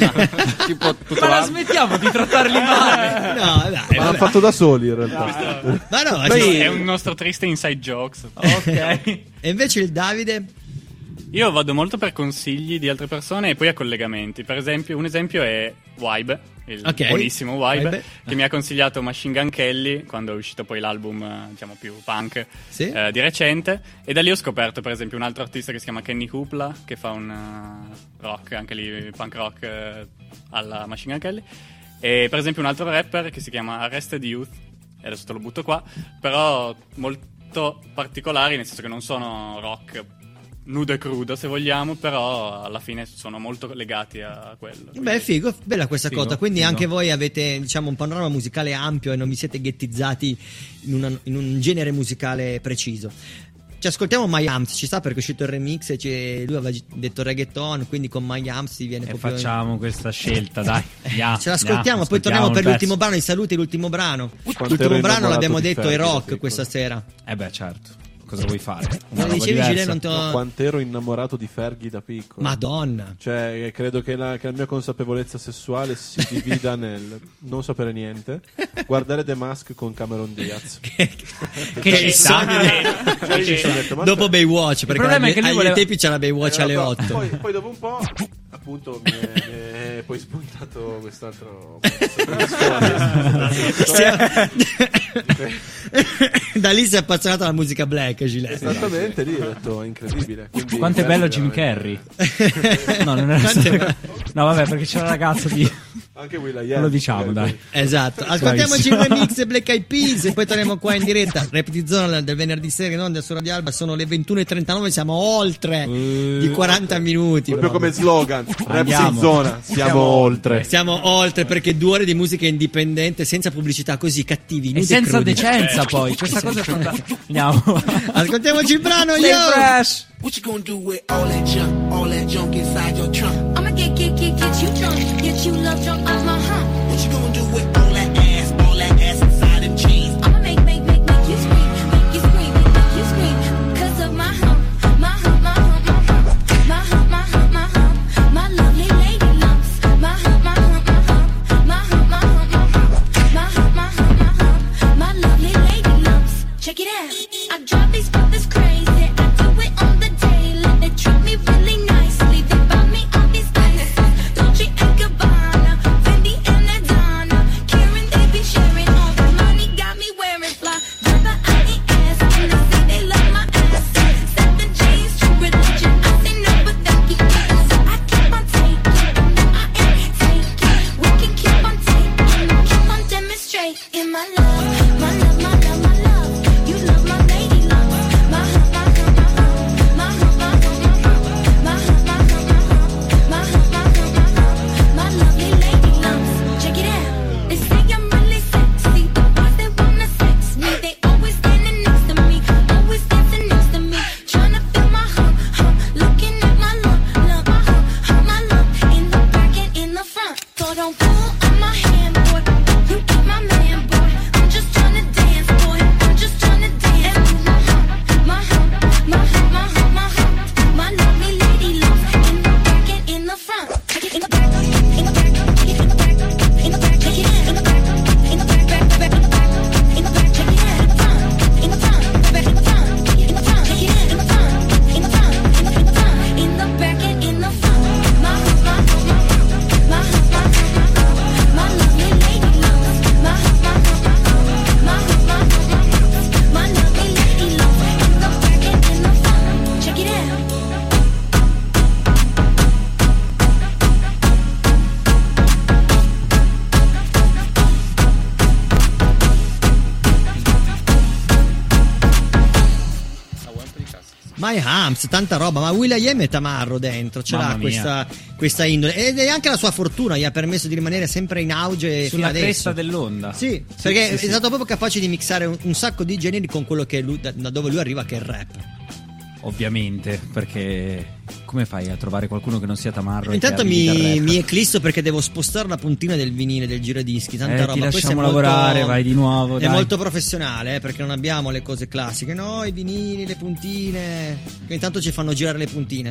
S: tipo tutto
E: Ma la
S: la-
E: smettiamo di trattarli male.
D: No, dai,
C: Ma l'hanno
D: vabbè.
C: fatto da soli in realtà.
D: Ma no,
N: Noi-
D: sì.
N: È un nostro triste inside jokes.
E: Ok.
D: E invece il Davide?
N: Io vado molto per consigli di altre persone e poi a collegamenti. Per esempio, un esempio è Vibe, il
D: Ok.
N: buonissimo Vibe,
D: Vibe.
N: che mi ha consigliato Machine Gun Kelly quando è uscito poi l'album, eh, diciamo, più punk
D: Sì.
N: eh, di recente. E da lì ho scoperto, per esempio, un altro artista che si chiama Kenny Hoopla, che fa un eh, rock, anche lì punk rock eh, alla Machine Gun Kelly. E per esempio un altro rapper che si chiama Arrested Youth, e adesso te lo butto qua, però molto particolari, nel senso che non sono rock nudo e crudo se vogliamo, però alla fine sono molto legati a quello.
D: Beh, è figo, bella questa
E: Figo,
D: cosa. Quindi
E: figo.
D: anche voi avete, diciamo, un panorama musicale ampio e non vi siete ghettizzati in, una- in un genere musicale preciso. Ci ascoltiamo My Amps, ci sta perché è uscito il remix e ci- lui aveva detto reggaeton, quindi con My Amps si viene
E: E
D: proprio...
E: facciamo questa scelta, dai. Andiamo,
D: Ce l'ascoltiamo,
E: andiamo,
D: poi torniamo
E: ascoltiamo
D: per
E: il
D: l'ultimo
E: pezzo.
D: brano, i saluti, l'ultimo brano.
C: Quanto
D: L'ultimo
C: ero
D: brano
C: innamorato
D: l'abbiamo
C: di
D: detto è
C: Fergie da
D: rock
C: piccolo.
D: questa sera.
E: Eh beh, certo. Cosa vuoi fare? Una
D: Come
E: roba
D: dicevi,
E: diversa.
D: Gile, non ti ho-
C: Quanto ero innamorato di Fergie da piccolo.
D: Madonna.
C: Cioè, credo che la, che la mia consapevolezza sessuale si divida nel non sapere niente, guardare The Mask con Cameron Diaz.
E: Che
D: Che
E: ci sta.
D: sogno di-
C: Cioè, io mi sono detto, ma
D: Dopo
C: aspetta,
D: Baywatch, perché
E: problema è che
D: agli,
E: lui
D: agli
E: voleva-
D: tempi c'era Baywatch
C: eh,
D: alle
C: però,
D: otto.
C: Poi, poi dopo un po', appunto, mi è, mi è poi spuntato quest'altro.
D: Stiamo- Da lì si è appassionato alla musica black, Gilet.
C: Esattamente, lì ho detto è incredibile. Quindi,
E: Quanto è bello Jim
C: veramente-
E: Carrey. No, non era
D: Quanto è-
E: No, vabbè, perché c'è una ragazza di
C: Anche Will.i.am.
E: Non lo diciamo, dai.
D: Esatto, ascoltiamoci il
E: Bravissimo.
D: remix Black Eyed Peas e poi torniamo qua in diretta. Repetizione del venerdì sera, non del Sora di Alba. Sono le ventuno e trentanove, siamo oltre di quaranta minuti.
C: Proprio come slogan, Raps in
E: Andiamo.
C: zona, siamo oltre.
D: Siamo oltre perché due ore di musica indipendente senza pubblicità così cattivi,
E: E
D: nudi
E: senza
D: crudi.
E: decenza poi. Questa cosa è fantastica. Andiamo.
D: Ascoltiamoci il brano,
E: Stay
D: yo!
E: fresh.
U: What you gonna do with all that junk, all that junk inside your trunk?
K: I'ma get, get, get, get you drunk, get you love drunk off my hump.
U: What you gonna do with all that ass, all that ass inside them jeans?
K: I'ma make, make, make, make you scream, make you scream,
D: My Humps, tanta roba, ma Will.i.am è tamarro dentro, ce
E: Mamma
D: l'ha
E: mia.
D: questa, questa indole ed è anche la sua fortuna, gli ha permesso di rimanere sempre in auge
E: Sulla
D: fino
E: cresta
D: adesso.
E: dell'onda.
D: Sì, perché
E: sì,
D: è
E: sì.
D: stato proprio capace di mixare un, un sacco di generi con quello che lui, da, da dove lui arriva, che è il rap.
E: Ovviamente, perché come fai a trovare qualcuno che non sia tamarro? e
D: Intanto
E: che arrivi dal
D: mi,
E: rap?
D: mi eclisso perché devo spostare la puntina del vinile del giradischi, tanta
E: Eh,
D: roba.
E: ti
D: Questo
E: lasciamo
D: è molto-
E: lavorare, vai di nuovo,
D: È
E: dai.
D: molto professionale, eh, perché non abbiamo le cose classiche. No, i vinili, le puntine, che intanto ci fanno girare le puntine.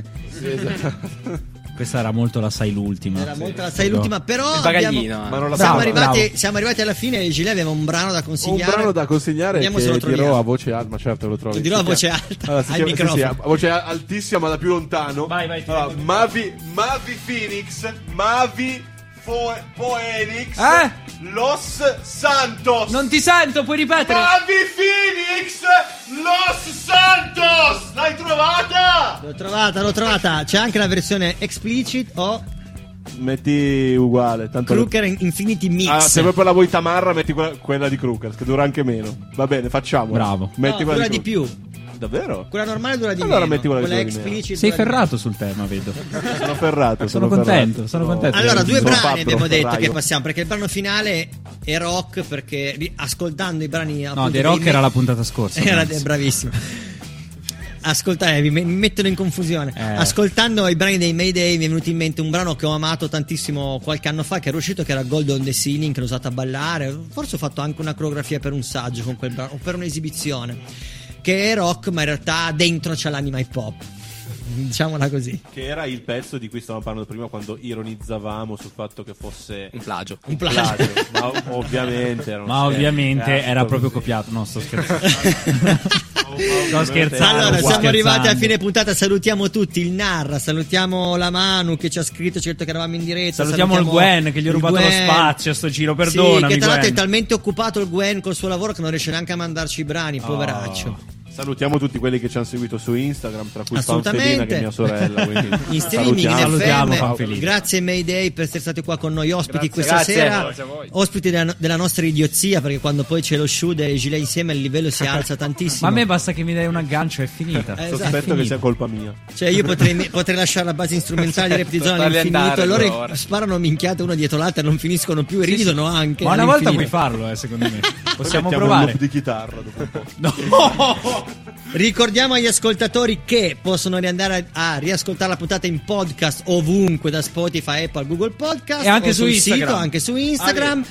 E: Questa era molto la sai l'ultima.
D: Era molto la sai l'ultima, però
O: Il bagaglino,
D: abbiamo-
O: eh.
C: Ma non la
D: siamo,
C: bravo,
D: arrivati,
C: bravo.
D: siamo arrivati alla fine e Gilet aveva un brano da
C: Un
D: consigliare.
C: brano da consigliare
D: Vediamo se lo
C: che
D: troviamo.
C: dirò a voce alta, ma certo lo trovi.
D: Lo dirò
C: Si
D: a voce
C: chiama-
D: alta,
C: Allora, si
D: al
C: chiama- sì,
D: microfono.
C: sì, a voce altissima ma da più lontano.
E: Vai, vai, ti
C: Allora,
E: prego.
C: Mavi, Mavi Phoenix, Mavi Fo- Phoenix,
E: Eh?
C: Los Santos.
E: Non ti sento, puoi ripetere?
C: Mavi Phoenix, Los Santos. L'hai trovata?
D: L'ho trovata, l'ho trovata. C'è anche la versione explicit o
C: Metti uguale, tanto
D: Crooker Infinity Mix.
C: Ah, se proprio la vuoi tamarra, metti quella, quella di Crooker, che dura anche meno. Va bene, facciamo.
E: Bravo.
C: Metti
D: No,
C: quella
D: dura di
C: Crooker.
D: più.
C: Davvero?
D: Quella normale dura di
C: Allora
D: meno.
C: metti quella che
D: quella
C: dura di meno.
D: explicit
E: Sei
D: dura di
E: ferrato sul tema, vedo.
C: Sono ferrato.
E: Sono contento,
C: ferrato.
E: sono contento.
D: Allora, due
C: Sono
D: brani
C: fabbro,
D: abbiamo detto
C: ferraio.
D: che passiamo, perché il brano finale è rock, perché ri- ascoltando i brani
E: No,
D: appunto,
E: The
D: dei
E: Rock
D: me-
E: era la puntata scorsa.
D: era
E: Max.
D: bravissimo. Ascoltare, mi, mi mettono in confusione.
E: Eh.
D: Ascoltando i brani dei Mayday mi è venuto in mente un brano che ho amato tantissimo qualche anno fa, che era uscito, che era Gold on the Ceiling, che l'ho usato a ballare. Forse ho fatto anche una coreografia per un saggio con quel brano, o per un'esibizione. Che è rock, ma in realtà dentro c'è l'anima hip hop. Diciamola così.
C: Che era il pezzo di cui stavamo parlando prima, quando ironizzavamo sul fatto che fosse
O: Un plagio.
D: Un plagio.
C: Ma ov- ovviamente era un
E: Ma
C: scherzo,
E: ovviamente
C: cazzo,
E: era proprio
C: così.
E: copiato. No, sto scherzando. Sto scherzando.
D: Allora,
E: sto
D: siamo arrivati
E: scherzando.
D: a fine puntata. Salutiamo tutti, il Narra, salutiamo la Manu che ci ha scritto, certo che eravamo in diretta.
E: Salutiamo il Gwen che gli ho
D: il
E: rubato lo
D: Gwen.
E: spazio a sto giro,
D: Sì,
E: perdonami.
D: che tra l'altro è
E: Gwen.
D: talmente occupato il Gwen col suo lavoro che non riesce neanche a mandarci i brani, poveraccio.
C: Salutiamo tutti quelli che ci hanno seguito su Instagram, tra cui
D: Assolutamente.
C: Fanfelina, che è mia sorella. quindi
D: In streaming, in
C: salutiamo.
D: F M.
E: Fanfelina.
D: Grazie Mayday per essere stati qua con noi ospiti
O: Grazie.
D: questa
O: Grazie.
D: sera.
O: Grazie a voi.
D: Ospiti della, della nostra idiozia, perché quando poi c'è lo shoot e i gilet insieme il livello si alza tantissimo.
E: Ma a me basta che mi dai un aggancio e è finita.
D: Eh, esatto.
C: Sospetto
E: È
C: che
E: finita.
C: sia colpa mia.
D: Cioè io potrei, potrei lasciare la base strumentale di Rap di Zona
O: Farli
D: all'infinito,
O: andare,
D: e loro
O: per ora.
D: sparano minchiate uno dietro l'altro e non finiscono più e
E: Sì,
D: ridono anche.
E: Ma una volta puoi
D: all'infinito.
E: farlo, eh, secondo me. Possiamo
C: Mettiamo un
E: provare.
C: loop di chitarra dopo un po'.
E: No!
D: Ricordiamo agli ascoltatori che possono riandare a, a riascoltare la puntata in podcast ovunque, da Spotify, Apple, Google Podcast
E: E anche
D: o
E: su
D: sul
E: Instagram.
D: sito, anche su Instagram.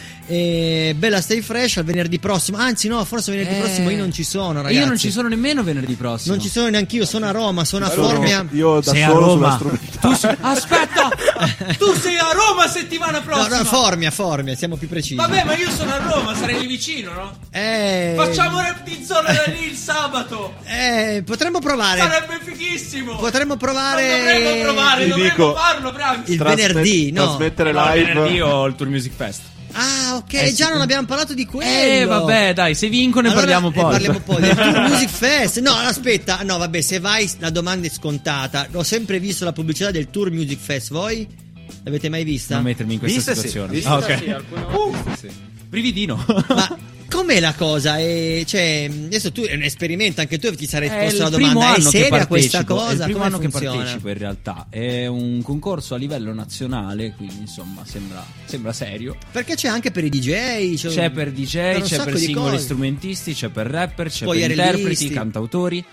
D: E bella stay fresh al venerdì prossimo. Anzi no, forse venerdì
E: Eh.
D: prossimo io non ci sono,
E: E
D: ragazzi.
E: io non ci sono nemmeno venerdì prossimo.
D: Non ci sono neanche io, sono a Roma, sono a
C: Allora,
D: Formia.
C: Io da
E: Sei a
C: solo
E: Roma.
C: sulla strumentale.
E: Tu sei- Aspetta! Tu sei a Roma settimana
D: No,
E: prossima.
D: no, Formia, Formia, siamo più precisi.
E: Vabbè, ma io sono a Roma, sarei lì vicino, no?
D: Eh,
E: Facciamo Rap di Zona da lì il sabato.
D: eh, potremmo provare.
E: Sarebbe fighissimo.
D: Potremmo provare.
E: Non dovremmo provare,
C: Ti
E: dovremmo
C: dico-
E: farlo, bravi.
D: Il
C: Trasmet-
D: venerdì, no?
C: Trasmettere
E: No,
C: live.
E: venerdì ho il Tour Music Fest.
D: Ah, ok,
E: Eh,
D: già
E: sì.
D: non abbiamo parlato di quello.
E: Eh, vabbè, dai, se vincono ne
D: Allora,
E: parliamo
D: ne
E: poi.
D: parliamo poi del Tour Music Fest. No, aspetta, no, vabbè, se vai, la domanda è scontata. Ho sempre visto la pubblicità del Tour Music Fest. Voi l'avete mai vista?
E: Non mettermi in questa
O: Viste sì,
E: situazione.
O: viste
E: Ah, ok.
O: sì, alcune volte sì.
E: Brividino.
D: Ma com'è la cosa? E, cioè, adesso tu è un esperimento, anche tu ti sarei
E: È
D: posto la
E: il primo
D: domanda. È
E: anno che
D: seria questa
E: partecipo,
D: cosa?
E: È il primo
D: Come
E: anno che
D: funziona?
E: partecipo in realtà. È un concorso a livello nazionale, quindi insomma sembra, sembra serio.
D: Perché c'è anche per i D J, c'è,
E: C'è per D J,
D: per un
E: c'è
D: sacco
E: per
D: di
E: singoli
D: cose.
E: strumentisti, c'è per rapper, c'è
D: Poi
E: per
D: realisti.
E: interpreti, cantautori.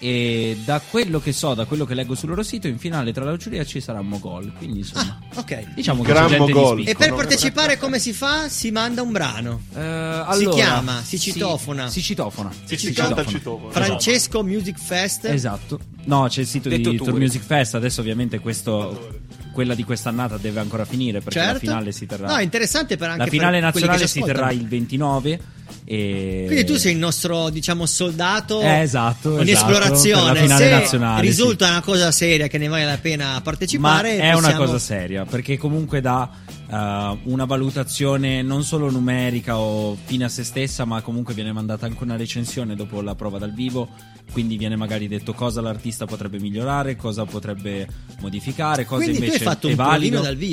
E: E da quello che so, da quello che leggo sul loro sito, in finale tra la giuria ci sarà Mogol. Quindi insomma,
D: Ok.
E: diciamo che
C: Gran
E: c'è gente
C: Mogol.
E: di
D: E
E: spicco.
D: per partecipare come si fa? Si manda un brano.
E: Eh, allora,
D: chiama, si citofona.
E: Si, si citofona.
C: Si
E: Si
C: canta il
E: citofona.
C: citofono.
D: Francesco Music Fest.
E: Esatto. No, c'è il sito
O: Detto
E: di
O: Tour.
E: Tour Music Fest. Adesso ovviamente questo, quella di quest'annata deve ancora finire, perché
D: Certo.
E: la finale si terrà.
D: No, è interessante per anche
E: la finale
D: per quelli che
E: nazionale
D: ci
E: si
D: ascoltano.
E: terrà il ventinove. E...
D: Quindi tu sei il nostro, diciamo, soldato
E: Eh, esatto,
D: in
E: esatto,
D: esplorazione.
E: per la finale
D: Se
E: nazionale,
D: risulta una cosa seria che ne vale la pena
E: Ma
D: partecipare,
E: è una
D: possiamo-
E: cosa seria, perché comunque dà uh, una valutazione non solo numerica o fine a se stessa, ma comunque viene mandata anche una recensione dopo la prova dal vivo. Quindi viene magari detto cosa l'artista potrebbe migliorare, cosa potrebbe modificare, cosa
D: Quindi tu
E: invece
D: hai fatto
E: è
D: un
E: valido.
D: provino dal vivo.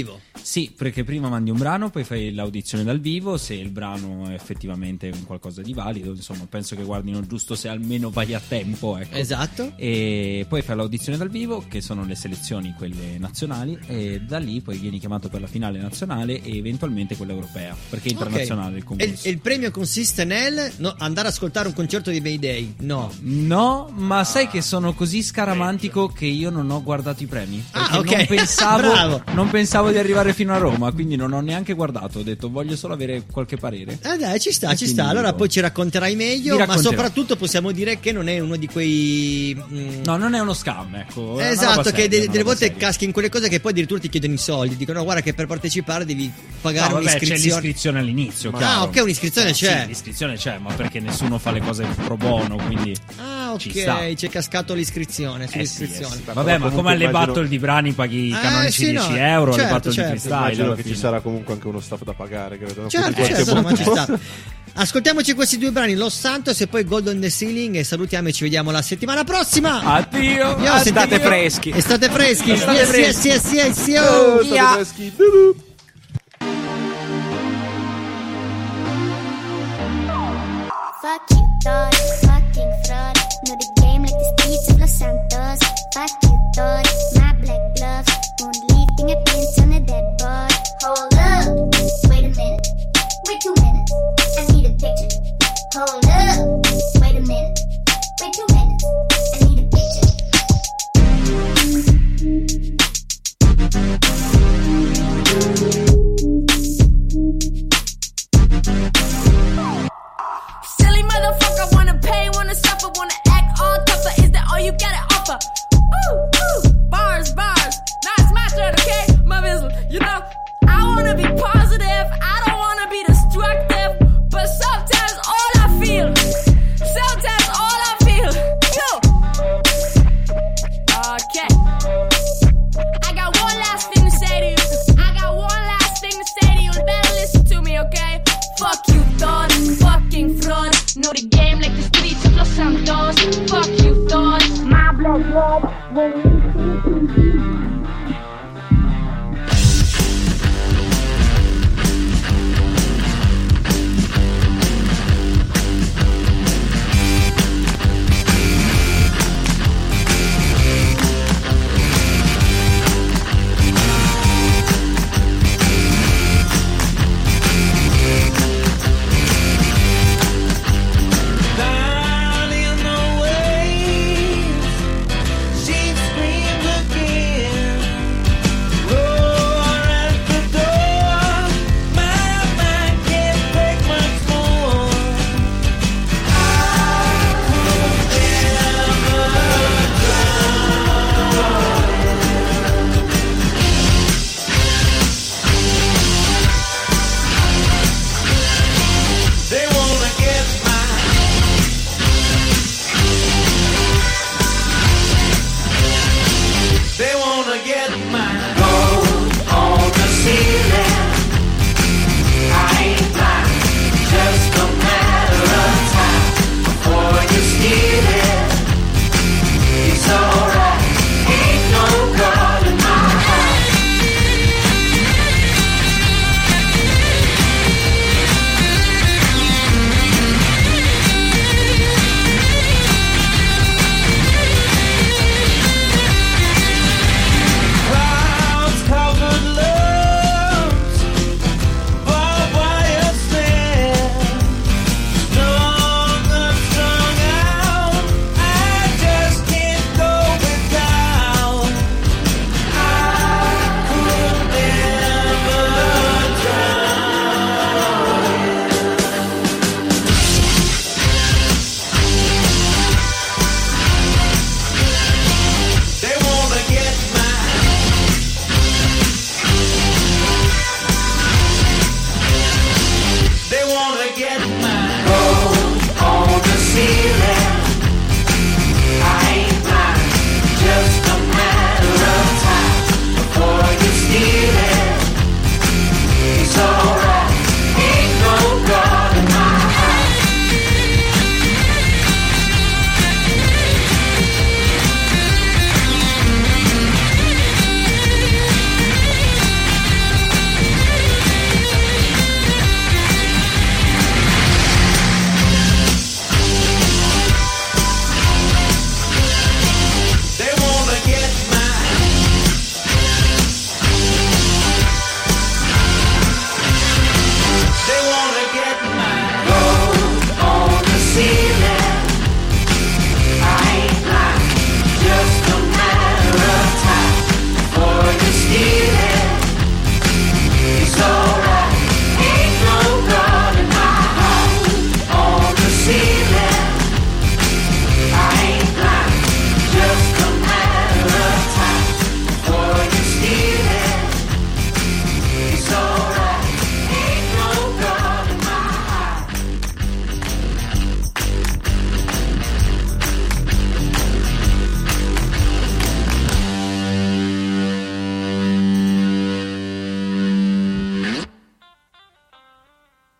E: Sì, perché prima mandi un brano, poi fai l'audizione dal vivo, se il brano è effettivamente un qualcosa di valido, insomma, penso che guardino giusto se almeno vai a tempo, ecco.
D: Esatto.
E: E poi fai l'audizione dal vivo, che sono le selezioni, quelle nazionali, e da lì poi vieni chiamato per la finale nazionale e eventualmente quella europea, perché è internazionale il
D: E,
E: concorso.
D: e il premio consiste nel no, andare a ascoltare un concerto di Mayday? No.
E: No, ma sai che sono così scaramantico che io non ho guardato i premi. Perché
D: Ah, ok.
E: non pensavo,
D: Bravo.
E: non pensavo di arrivare fino a Roma, quindi non ho neanche guardato. Ho detto voglio solo avere qualche parere.
D: Eh dai, ci sta,
E: E
D: ci
E: quindi
D: sta. Allora
E: dico-
D: poi ci racconterai meglio,
E: Vi
D: ma
E: racconterò.
D: soprattutto possiamo dire che non è uno di quei... mm,
E: No, non è uno scam, ecco. è una
D: esatto,
E: roba
D: che
E: seria,
D: de-
E: una
D: delle
E: roba
D: volte
E: seria.
D: caschi in quelle cose che poi addirittura ti chiedono i soldi. Dicono, no, guarda che per partecipare devi pagare
E: No, vabbè, c'è
D: un'iscrizione.
E: l'iscrizione all'inizio,
D: Ah,
E: chiaro.
D: ok, un'iscrizione
E: Eh,
D: c'è.
E: Sì, l'iscrizione c'è, ma perché nessuno fa le cose pro bono, quindi
D: Ah,
E: ci sta.
D: ok, c'è cascato l'iscrizione
E: Eh sì,
D: sull'iscrizione.
E: eh sì. Vabbè, ma come alle
C: immagino-
E: battle di brani paghi i
D: Eh,
E: canonici
D: sì, no,
E: dieci euro, alle
D: certo,
E: battle
D: certo.
E: di freestyle.
C: Immagino
E: alla
C: che ci
E: fine.
C: sarà comunque anche uno staff da pagare, credo. no?
D: Certo,
C: Quindi
D: certo,
C: qualche
D: no, ma ci
C: punto.
D: sta. Ascoltiamoci questi due brani, Los Santos e poi Gold on the Ceiling, e salutiamo e ci vediamo la settimana prossima.
E: Addio.
D: Io,
O: Ah,
D: sentiamo-
O: state freschi.
D: E state freschi.
O: State
D: Yes,
O: freschi.
D: yes, yes, yes, yes,
C: Oh,
D: oh.
C: state
D: Yeah.
C: freschi. Du-du.
A: Fuck you, thought, fucking fraud. Know the game like the streets of Los Santos. Fuck you, thought, my black gloves. Only fingerprints on a dead boy. Hold up, wait a minute, wait two minutes. I need a picture. Hold up, wait a minute, wait two minutes. I need a picture.
K: Silly motherfucker, wanna pay, wanna suffer, wanna act all tougher. Is that all you gotta offer? Ooh, ooh, bars, bars. Nah, it's my turn, okay? My whistle, you know, I wanna be positive, I don't wanna be destructive, but sometimes all I feel, sometimes all I feel, you. Okay. I got one last thing to say to you. I got one last thing to say to you. You better listen to me, okay? Fuck you, thought, fucking fraud. Know the game like the streets of Los Santos. Fuck you, thought, my blood, blood.
T: Down in the waves, she screams again. Roar at the door, my mind can't take much more. I could never drown. They wanna get They wanna get mine.